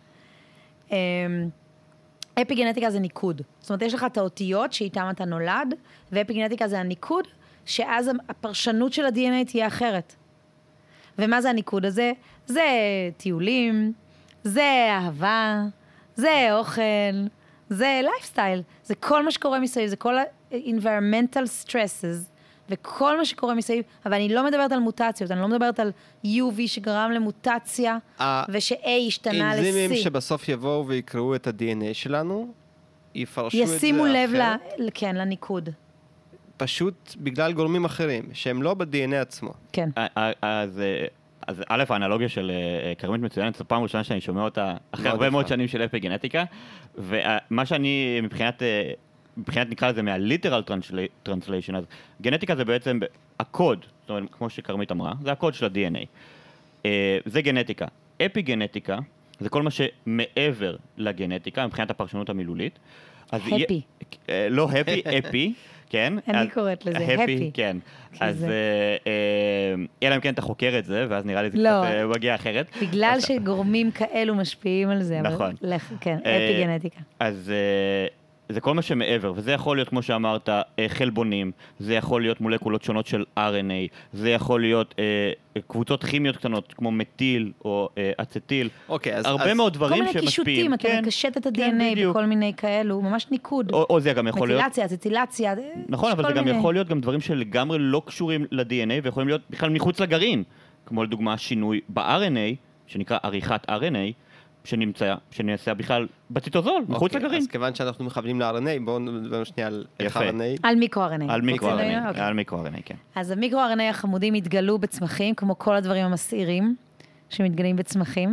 אפיגנטיקה זה ניקוד. זאת אומרת, יש לך את האותיות שאיתם אתה נולד, ואפיגנטיקה זה הניקוד, שאז הפרשנות של ה-די אן איי תהיה אחרת. ומה זה הניקוד הזה? זה טיולים, זה אהבה, זה אוכל, זה לייפסטייל, זה כל מה שקורה מסביב, זה כל ה-environmental stresses, וכל מה שקורה מסביב, אבל אני לא מדברת על מוטציות, אני לא מדברת על יו וי שגרם למוטציה, וש-A השתנה ל-C. אנזימים שבסוף יבואו ויקראו את ה-די אן איי שלנו, יפרשו את זה אחרת. ישימו לב, כן, לניקוד. פשוט בגלל גורמים אחרים, שהם לא ב-די אן איי עצמו. כן. אז... אז א', האנלוגיה של כרמית מצוינת, זו פעם ראשונה שאני שומע אותה אחרי הרבה מאוד שנים של אפיגנטיקה, ומה שאני מבחינת, מבחינת נקרא לזה מה-literal translation, אז גנטיקה זה בעצם הקוד, זאת אומרת, כמו שכרמית אמרה, זה הקוד של ה-די אן איי. זה גנטיקה. אפיגנטיקה זה כל מה שמעבר לגנטיקה, מבחינת הפרשנות המילולית. הפי. לא הפי, אפי. כן. אני קוראת לזה, הפי. כן. אז אלא אם כן אתה חוקר את זה, ואז נראה לי זה קצת מגיע אחרת. בגלל שגורמים כאלו משפיעים על זה. נכון. כן, אפיגנטיקה. אז זה כל מה שמעבר, וזה יכול להיות, כמו שאמרת, חלבונים, זה יכול להיות מולקולות שונות של אר אן איי, זה יכול להיות קבוצות כימיות קטנות, כמו מטיל או אצטיל. אוקיי, אז... הרבה מאוד דברים שמשפיעים. כל מיני קישוטים, אתה מקשט את ה-די אן איי בכל מיני כאלו, ממש ניקוד. או זה גם יכול להיות... מטילציה, אצטילציה. נכון, אבל זה גם יכול להיות גם דברים שלגמרי לא קשורים ל-די אן איי, ויכולים להיות בכלל מחוץ לגרעין, כמו לדוגמה שינוי ב-אר אן איי, שנקרא עריכת אר אן איי, שנמצא, שנעשה בכלל בציטוזול, מחוץ לגרעין. אז כיוון שאנחנו מכוונים ל-אר אן איי, בואו נדבר שנייה על אר אן איי. על מיקרו-אר אן איי. על מיקרו-אר אן איי, על מיקרו-אר אן איי, כן. אז המיקרו-אר אן איי החמודים התגלו בצמחים, כמו כל הדברים המסעירים, שמתגלים בצמחים.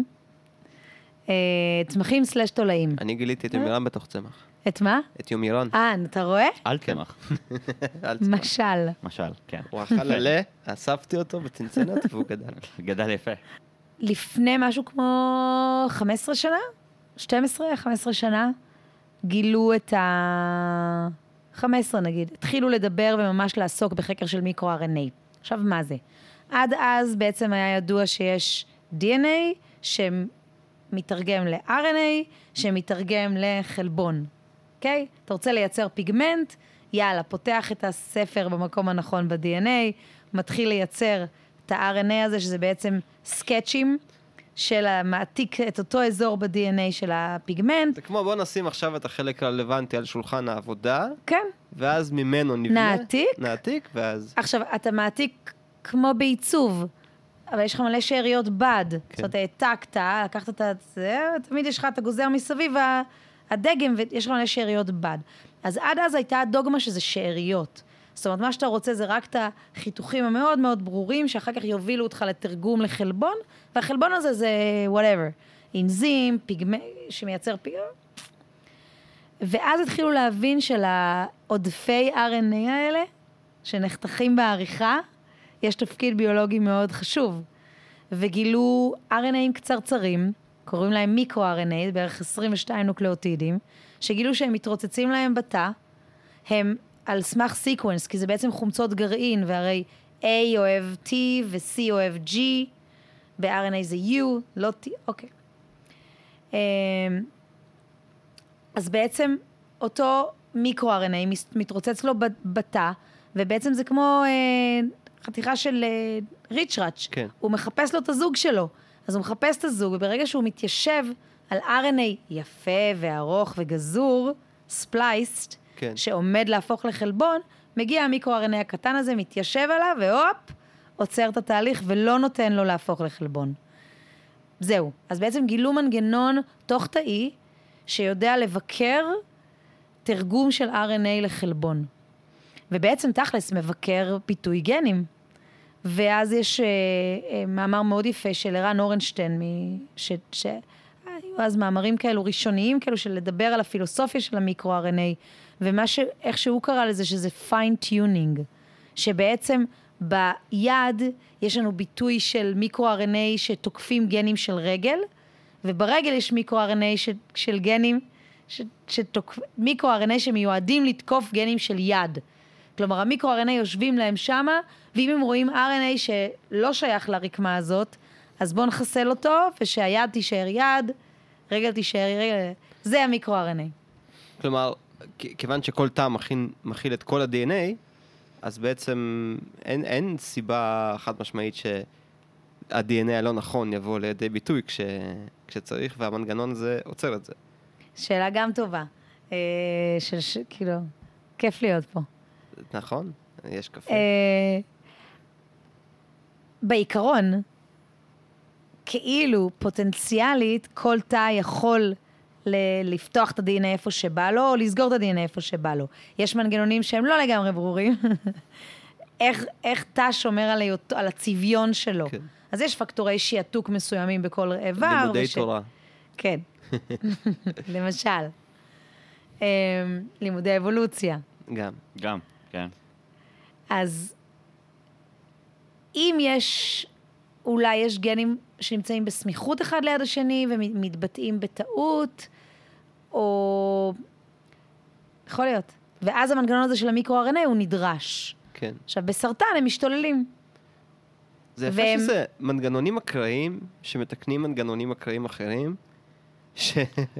צמחים סלש תולעים. אני גיליתי את יומירן בתוך צמח. את מה? את יומירן. אה, אתה רואה? על צמח. משל. משל, כן. הוא אכל עלה, אספתי אותו בצנצנת והוא גדל. גדל יפה. לפני משהו כמו חמש עשרה שנה, שתים עשרה, חמש עשרה שנה, גילו את ה... חמש עשרה נגיד, התחילו לדבר וממש לעסוק בחקר של מיקרו-אר אן איי. עכשיו מה זה? עד אז בעצם היה ידוע שיש די אן איי שמתרגם ל-אר אן איי, שמתרגם לחלבון. אוקיי? אתה רוצה לייצר פיגמנט, יאללה, פותח את הספר במקום הנכון ב-די אן איי, מתחיל לייצר את ה-אר אן איי הזה, שזה בעצם סקצ'ים של המעתיק את אותו אזור ב-די אן איי של הפיגמנט. זה כמו בוא נשים עכשיו את החלק הרלוונטי על שולחן העבודה, כן. ואז ממנו נבנה. נעתיק. נעתיק, ואז... עכשיו, אתה מעתיק כמו בעיצוב, אבל יש לך מלא שאריות בד. כן. זאת אומרת, העתקת, לקחת את זה, תמיד יש לך, אתה גוזר מסביב הדגם, ויש לך מלא שאריות בד. אז עד אז הייתה הדוגמה שזה שאריות. זאת אומרת, מה שאתה רוצה זה רק את החיתוכים המאוד מאוד ברורים, שאחר כך יובילו אותך לתרגום לחלבון, והחלבון הזה זה whatever, אנזים, פיגמנט, שמייצר פיגמנט. ואז התחילו להבין שלעודפי אר אן איי האלה, שנחתכים בעריכה, יש תפקיד ביולוגי מאוד חשוב. וגילו אר אן איי קצרצרים, קוראים להם מיקרו-אר אן איי, בערך עשרים ושתיים נוקלאוטידים, שגילו שהם מתרוצצים להם בתא, הם על סמך סיקוונס, כי זה בעצם חומצות גרעין, והרי A אוהב T ו-C אוהב G, ב-אר אן איי זה U, לא T, אוקיי. אז בעצם אותו מיקרו-אר אן איי מתרוצץ לו בתא, ובעצם זה כמו חתיכה של ריצ'ראץ'. כן. הוא מחפש לו את הזוג שלו. אז הוא מחפש את הזוג, וברגע שהוא מתיישב על אר אן איי יפה וארוך וגזור, ספלייסט, כן. שעומד להפוך לחלבון, מגיע המיקרו-אר אן איי הקטן הזה, מתיישב עליו, והופ, עוצר את התהליך ולא נותן לו להפוך לחלבון. זהו. אז בעצם גילו מנגנון תוך תאי, שיודע לבקר תרגום של אר אן איי לחלבון. ובעצם תכלס מבקר פיתוי גנים. ואז יש uh, מאמר מאוד יפה של ערן אורנשטיין, ש... ש... היו אז מאמרים כאלו ראשוניים, כאלו של לדבר על הפילוסופיה של המיקרו-אר אן איי, ומה ש... איך שהוא קרא לזה, שזה fine-tuning, שבעצם ביד יש לנו ביטוי של מיקרו-אר אן איי שתוקפים גנים של רגל, וברגל יש מיקרו-אר אן איי ש... של גנים, ש... שתוק... מיקרו-אר אן איי שמיועדים לתקוף גנים של יד. כלומר, המיקרו-אר אן איי יושבים להם שמה, ואם הם רואים אר אן איי שלא שייך לרקמה הזאת, אז בואו נחסל אותו, ושהיד תישאר יד, רגל תישאר רגל. זה המיקרו-אר אן איי. כלומר, כיוון שכל תא מכיל, מכיל את כל ה-די אן איי, אז בעצם אין, אין סיבה חד משמעית שה-די אן איי הלא נכון יבוא לידי ביטוי כש, כשצריך, והמנגנון הזה עוצר את זה. שאלה גם טובה. אה, של, ש, כאילו, כיף להיות פה. נכון, יש קפה. בעיקרון, כאילו פוטנציאלית, כל תא יכול לפתוח את ה-די אן איי איפה שבא לו, או לסגור את ה-די אן איי איפה שבא לו. יש מנגנונים שהם לא לגמרי ברורים. איך תא שומר על הצביון שלו. אז יש פקטורי שיעתוק מסוימים בכל איבר. לימודי תורה. כן. למשל. לימודי אבולוציה. גם. גם. כן. אז אם יש, אולי יש גנים שנמצאים בסמיכות אחד ליד השני ומתבטאים בטעות, או יכול להיות. ואז המנגנון הזה של המיקרו-אר אן איי הוא נדרש. כן. עכשיו, בסרטן הם משתוללים. זה יפה והם... שזה מנגנונים אקראיים שמתקנים מנגנונים אקראיים אחרים, ש...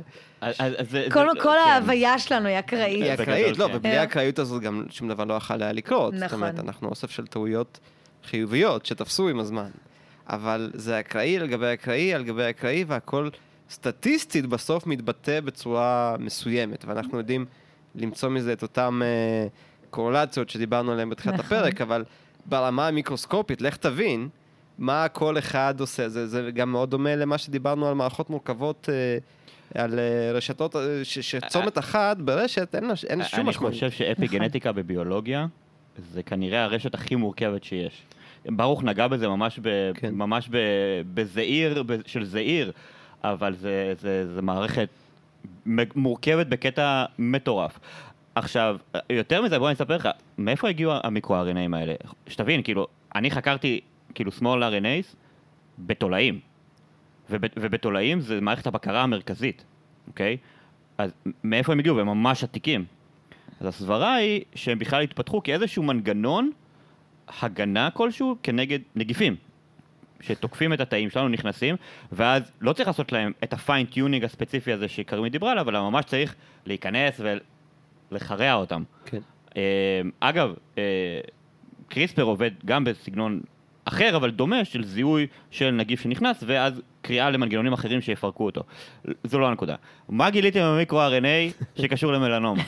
כל ההוויה שלנו היא אקראית. היא אקראית, לא, ובלי האקראיות הזאת גם שום דבר לא יכול היה לקרות. זאת אומרת, אנחנו אוסף של טעויות חיוביות שתפסו עם הזמן. אבל זה אקראי על גבי אקראי, על גבי אקראי, והכל סטטיסטית בסוף מתבטא בצורה מסוימת. ואנחנו יודעים למצוא מזה את אותם קורלציות שדיברנו עליהן בתחילת הפרק, אבל ברמה המיקרוסקופית, לך תבין מה כל אחד עושה. זה גם מאוד דומה למה שדיברנו על מערכות מורכבות, על רשתות, שצומת אחת ברשת, אין שום משמעות. אני חושב שאפיגנטיקה בביולוגיה, זה כנראה הרשת הכי מורכבת שיש. ברוך נגע בזה ממש, ב, כן. ממש ב, בזעיר, של זעיר, אבל זה, זה, זה מערכת מורכבת בקטע מטורף. עכשיו, יותר מזה, בוא אני אספר לך, מאיפה הגיעו המיקרו-אר אן איי האלה? שתבין, כאילו, אני חקרתי, כאילו, small אר אן איז בתולעים. ובתולעים זה מערכת הבקרה המרכזית, אוקיי? אז מאיפה הם הגיעו? והם ממש עתיקים. אז הסברה היא שהם בכלל התפתחו כאיזשהו מנגנון הגנה כלשהו כנגד נגיפים, שתוקפים את התאים שלנו, נכנסים, ואז לא צריך לעשות להם את הפיין-טיונינג הספציפי הזה שקרמית דיברה עליו, אבל ממש צריך להיכנס ולחרע אותם. כן. אגב, קריספר עובד גם בסגנון אחר, אבל דומה, של זיהוי של נגיף שנכנס, ואז קריאה למנגנונים אחרים שיפרקו אותו. זו לא הנקודה. מה גיליתם במיקרו-אר אן איי שקשור למלנומה?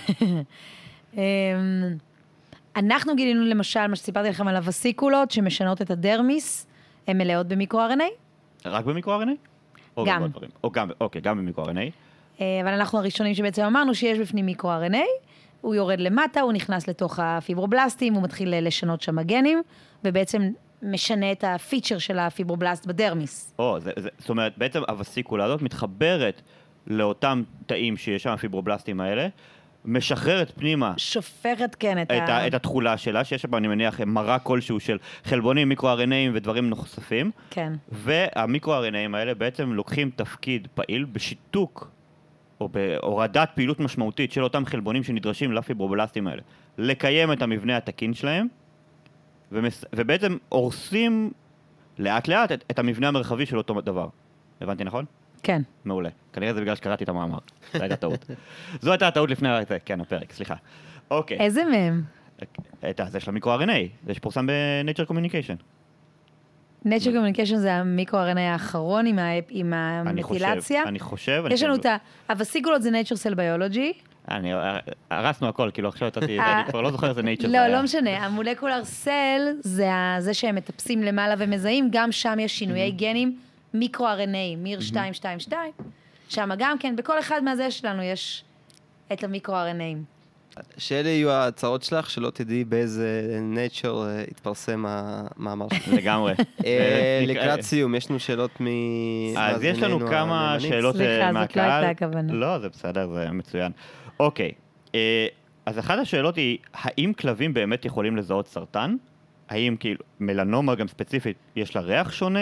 אנחנו גילינו למשל, מה שסיפרתי לכם על הווסיקולות, שמשנות את הדרמיס, הן מלאות במיקרו-אר אן איי. רק במיקרו-אר אן איי? גם. או גם, אוקיי, גם במיקרו-אר אן איי. אבל אנחנו הראשונים שבעצם אמרנו שיש בפנים מיקרו-אר אן איי, הוא יורד למטה, הוא נכנס לתוך הפיברובלסטים, הוא מתחיל לשנות שם הגנים, ובעצם משנה את הפיצ'ר של הפיברובלסט בדרמיס. או, זה, זה, זאת אומרת, בעצם הווסיקולה הזאת מתחברת לאותם תאים שיש שם הפיברובלסטים האלה, משחררת פנימה שופכת, כן, את, את, ה... את התחולה שלה, שיש שם, אני מניח, מראה כלשהו של חלבונים, מיקרו-אר אן איי ודברים נוספים. כן. והמיקרו-אר אן איי האלה בעצם לוקחים תפקיד פעיל בשיתוק, או בהורדת פעילות משמעותית של אותם חלבונים שנדרשים לפיברובלסטים האלה. לקיים את המבנה התקין שלהם, ומס... ובעצם הורסים לאט לאט את, את המבנה המרחבי של אותו דבר. הבנתי נכון? כן. מעולה. כנראה זה בגלל שקראתי את המאמר. זו הייתה טעות. זו הייתה הטעות לפני, כן, הפרק, סליחה. אוקיי. איזה מהם? את זה של המיקרו-אר אן איי, זה שפורסם ב-Nature Communication. Nature Communication זה המיקרו-אר אן איי האחרון עם, ה... עם המתילציה. אני חושב, יש לנו את ה... הווסיקולות זה Nature Cell Biology. אני, הרסנו הכל, כאילו עכשיו אותי, אני כבר לא זוכר איזה Nature. לא, לא משנה. המולקולר סל זה זה שהם מטפסים למעלה ומזהים, גם שם יש שינויי גנים, מיקרו-אר אן איי, מיר שתיים שתיים שתיים, שם גם כן, בכל אחד מהזה שלנו יש את המיקרו-אר אן איי. שאלה יהיו ההצעות שלך, שלא תדעי באיזה nature התפרסם המאמר שלך. לגמרי. לקראת סיום, יש לנו שאלות מ... אז יש לנו כמה שאלות מהקהל. סליחה, זאת לא הייתה הכוונה. לא, זה בסדר, זה מצוין. אוקיי, אז אחת השאלות היא, האם כלבים באמת יכולים לזהות סרטן? האם כאילו מלנומה גם ספציפית יש לה ריח שונה?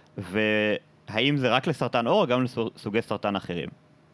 והאם זה רק לסרטן עור או גם לסוגי סרטן אחרים?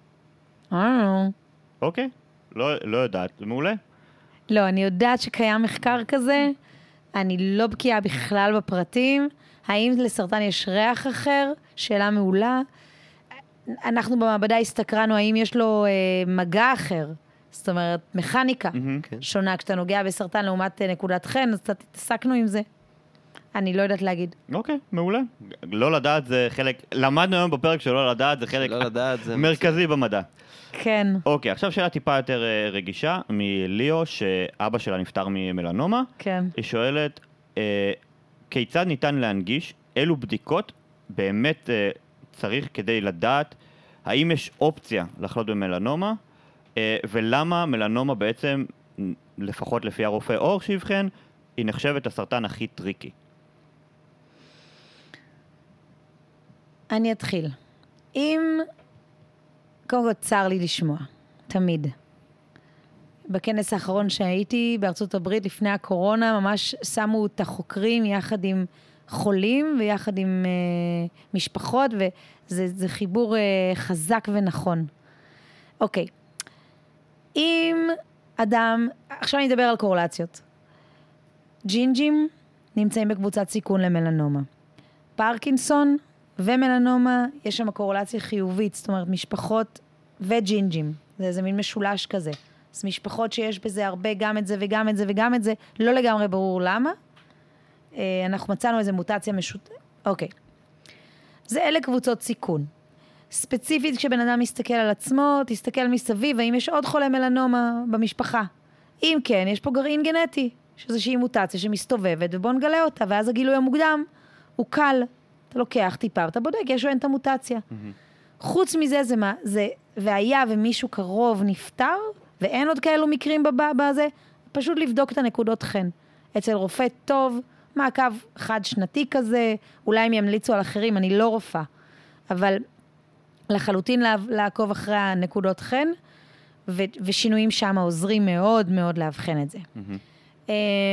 אה. אוקיי, לא, לא יודעת, זה מעולה. לא, אני יודעת שקיים מחקר כזה, אני לא בקיאה בכלל בפרטים. האם לסרטן יש ריח אחר? שאלה מעולה. אנחנו במעבדה הסתקרנו האם יש לו אה, מגע אחר, זאת אומרת, מכניקה Mm-hmm. שונה. כשאתה נוגע בסרטן לעומת נקודת חן, אז קצת התעסקנו עם זה. אני לא יודעת להגיד. אוקיי, מעולה. לא לדעת זה חלק, למדנו היום בפרק שלא לדעת זה חלק לא לדעת, זה מרכזי במדע. כן. אוקיי, עכשיו שאלה טיפה יותר אה, רגישה מליאו, שאבא שלה נפטר ממלנומה. כן. היא שואלת, אה, כיצד ניתן להנגיש, אילו בדיקות באמת אה, צריך כדי לדעת האם יש אופציה לחלות במלנומה, אה, ולמה מלנומה בעצם, לפחות לפי הרופא אור שיבחן, היא נחשבת הסרטן הכי טריקי. אני אתחיל. אם, קודם כל צר לי לשמוע, תמיד. בכנס האחרון שהייתי בארצות הברית לפני הקורונה, ממש שמו את החוקרים יחד עם חולים ויחד עם אה, משפחות, וזה זה חיבור אה, חזק ונכון. אוקיי. אם אדם, עכשיו אני אדבר על קורלציות. ג'ינג'ים נמצאים בקבוצת סיכון למלנומה. פרקינסון ומלנומה, יש שם קורלציה חיובית, זאת אומרת, משפחות וג'ינג'ים. זה איזה מין משולש כזה. אז משפחות שיש בזה הרבה, גם את זה וגם את זה וגם את זה, לא לגמרי ברור למה. אנחנו מצאנו איזה מוטציה משוט... אוקיי. זה אלה קבוצות סיכון. ספציפית, כשבן אדם מסתכל על עצמו, תסתכל מסביב, האם יש עוד חולה מלנומה במשפחה. אם כן, יש פה גרעין גנטי, שזושהי מוטציה שמסתובבת, ובוא נגלה אותה, ואז הגילוי המוקדם הוא קל. אתה לוקח טיפה, ואתה בודק, יש או אין את המוטציה. Mm-hmm. חוץ מזה, זה מה, זה, והיה ומישהו קרוב נפטר, ואין עוד כאלו מקרים בזה, פשוט לבדוק את הנקודות חן. אצל רופא טוב, מעקב חד שנתי כזה, אולי הם ימליצו על אחרים, אני לא רופאה. אבל לחלוטין לעקוב אחרי הנקודות חן, ו- ושינויים שם עוזרים מאוד מאוד להבחן את זה. Mm-hmm.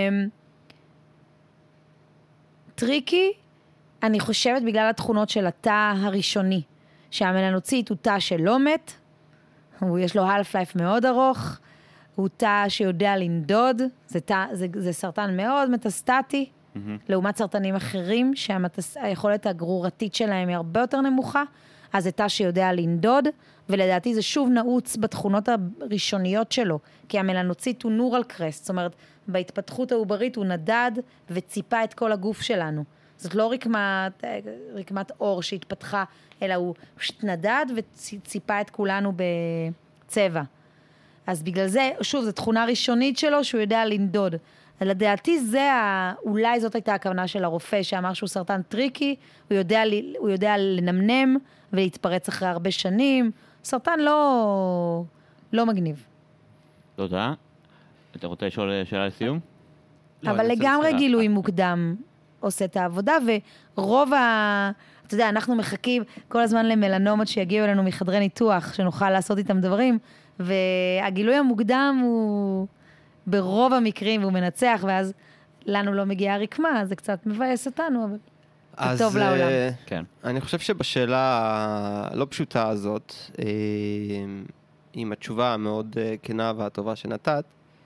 טריקי, אני חושבת בגלל התכונות של התא הראשוני, שהמלנוציט הוא תא שלא מת, הוא יש לו half life מאוד ארוך, הוא תא שיודע לנדוד, זה, תא, זה, זה סרטן מאוד מטסטטי, mm-hmm. לעומת סרטנים אחרים, שהיכולת הגרורתית שלהם היא הרבה יותר נמוכה, אז זה תא שיודע לנדוד, ולדעתי זה שוב נעוץ בתכונות הראשוניות שלו, כי המלנוציט הוא נורל קרסט, זאת אומרת, בהתפתחות העוברית הוא נדד וציפה את כל הגוף שלנו. זאת לא רקמת, רקמת אור שהתפתחה, אלא הוא פשוט נדד וציפה את כולנו בצבע. אז בגלל זה, שוב, זו תכונה ראשונית שלו שהוא יודע לנדוד. לדעתי זה, ה... אולי זאת הייתה הכוונה של הרופא שאמר שהוא סרטן טריקי, הוא יודע, הוא יודע לנמנם ולהתפרץ אחרי הרבה שנים. סרטן לא, לא מגניב. תודה. אתה רוצה לשאול שאלה לסיום? אבל לגמרי גילוי מוקדם עושה את העבודה, ורוב ה... אתה יודע, אנחנו מחכים כל הזמן למלנומות שיגיעו אלינו מחדרי ניתוח, שנוכל לעשות איתם דברים, והגילוי המוקדם הוא ברוב המקרים, והוא מנצח, ואז לנו לא מגיעה רקמה, זה קצת מבאס אותנו, אבל זה טוב לעולם. כן. אני חושב שבשאלה הלא פשוטה הזאת, עם התשובה המאוד כנה והטובה שנתת,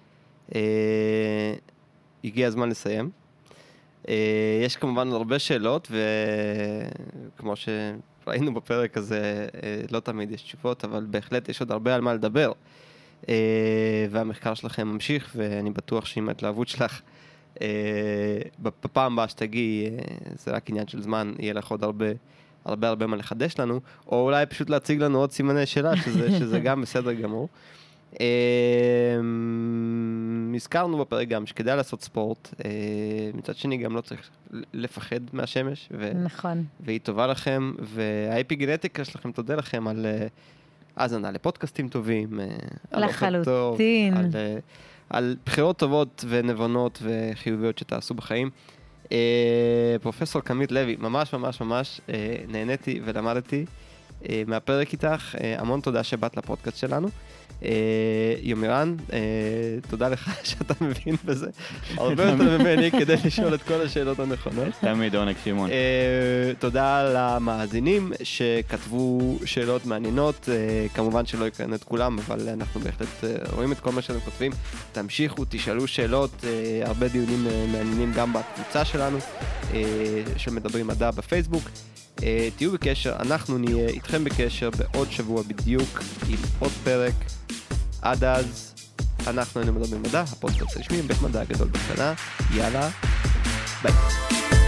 הגיע הזמן לסיים. יש כמובן הרבה שאלות, וכמו שראינו בפרק הזה, לא תמיד יש תשובות, אבל בהחלט יש עוד הרבה על מה לדבר. והמחקר שלכם ממשיך, ואני בטוח שעם ההתלהבות שלך, בפעם הבאה שתגיעי, זה רק עניין של זמן, יהיה לך עוד הרבה, הרבה הרבה מה לחדש לנו, או אולי פשוט להציג לנו עוד סימני שאלה, שזה, שזה גם בסדר גמור. הזכרנו בפרק גם שכדאי לעשות ספורט, מצד שני גם לא צריך לפחד מהשמש, נכון. והיא טובה לכם, והאפיגנטיקה שלכם תודה לכם על האזנה לפודקאסטים טובים, לחלוטין, על, על בחירות טובות ונבונות וחיוביות שתעשו בחיים. פרופסור קרמית לוי, ממש ממש ממש נהניתי ולמדתי מהפרק איתך, המון תודה שבאת לפודקאסט שלנו. יומירן, תודה לך שאתה מבין בזה, הרבה יותר ממני כדי לשאול את כל השאלות הנכונות. תמיד עונג שמעון. תודה למאזינים שכתבו שאלות מעניינות, כמובן שלא יקרן את כולם, אבל אנחנו בהחלט רואים את כל מה שאתם כותבים. תמשיכו, תשאלו שאלות, הרבה דיונים מעניינים גם בקבוצה שלנו, שמדברים מדע בפייסבוק. Uh, תהיו בקשר, אנחנו נהיה איתכם בקשר בעוד שבוע בדיוק עם עוד פרק. עד אז, אנחנו היינו מדברים מדע, הפודקאסט הרשמי עם בית מדע גדול בקטנה. יאללה, ביי.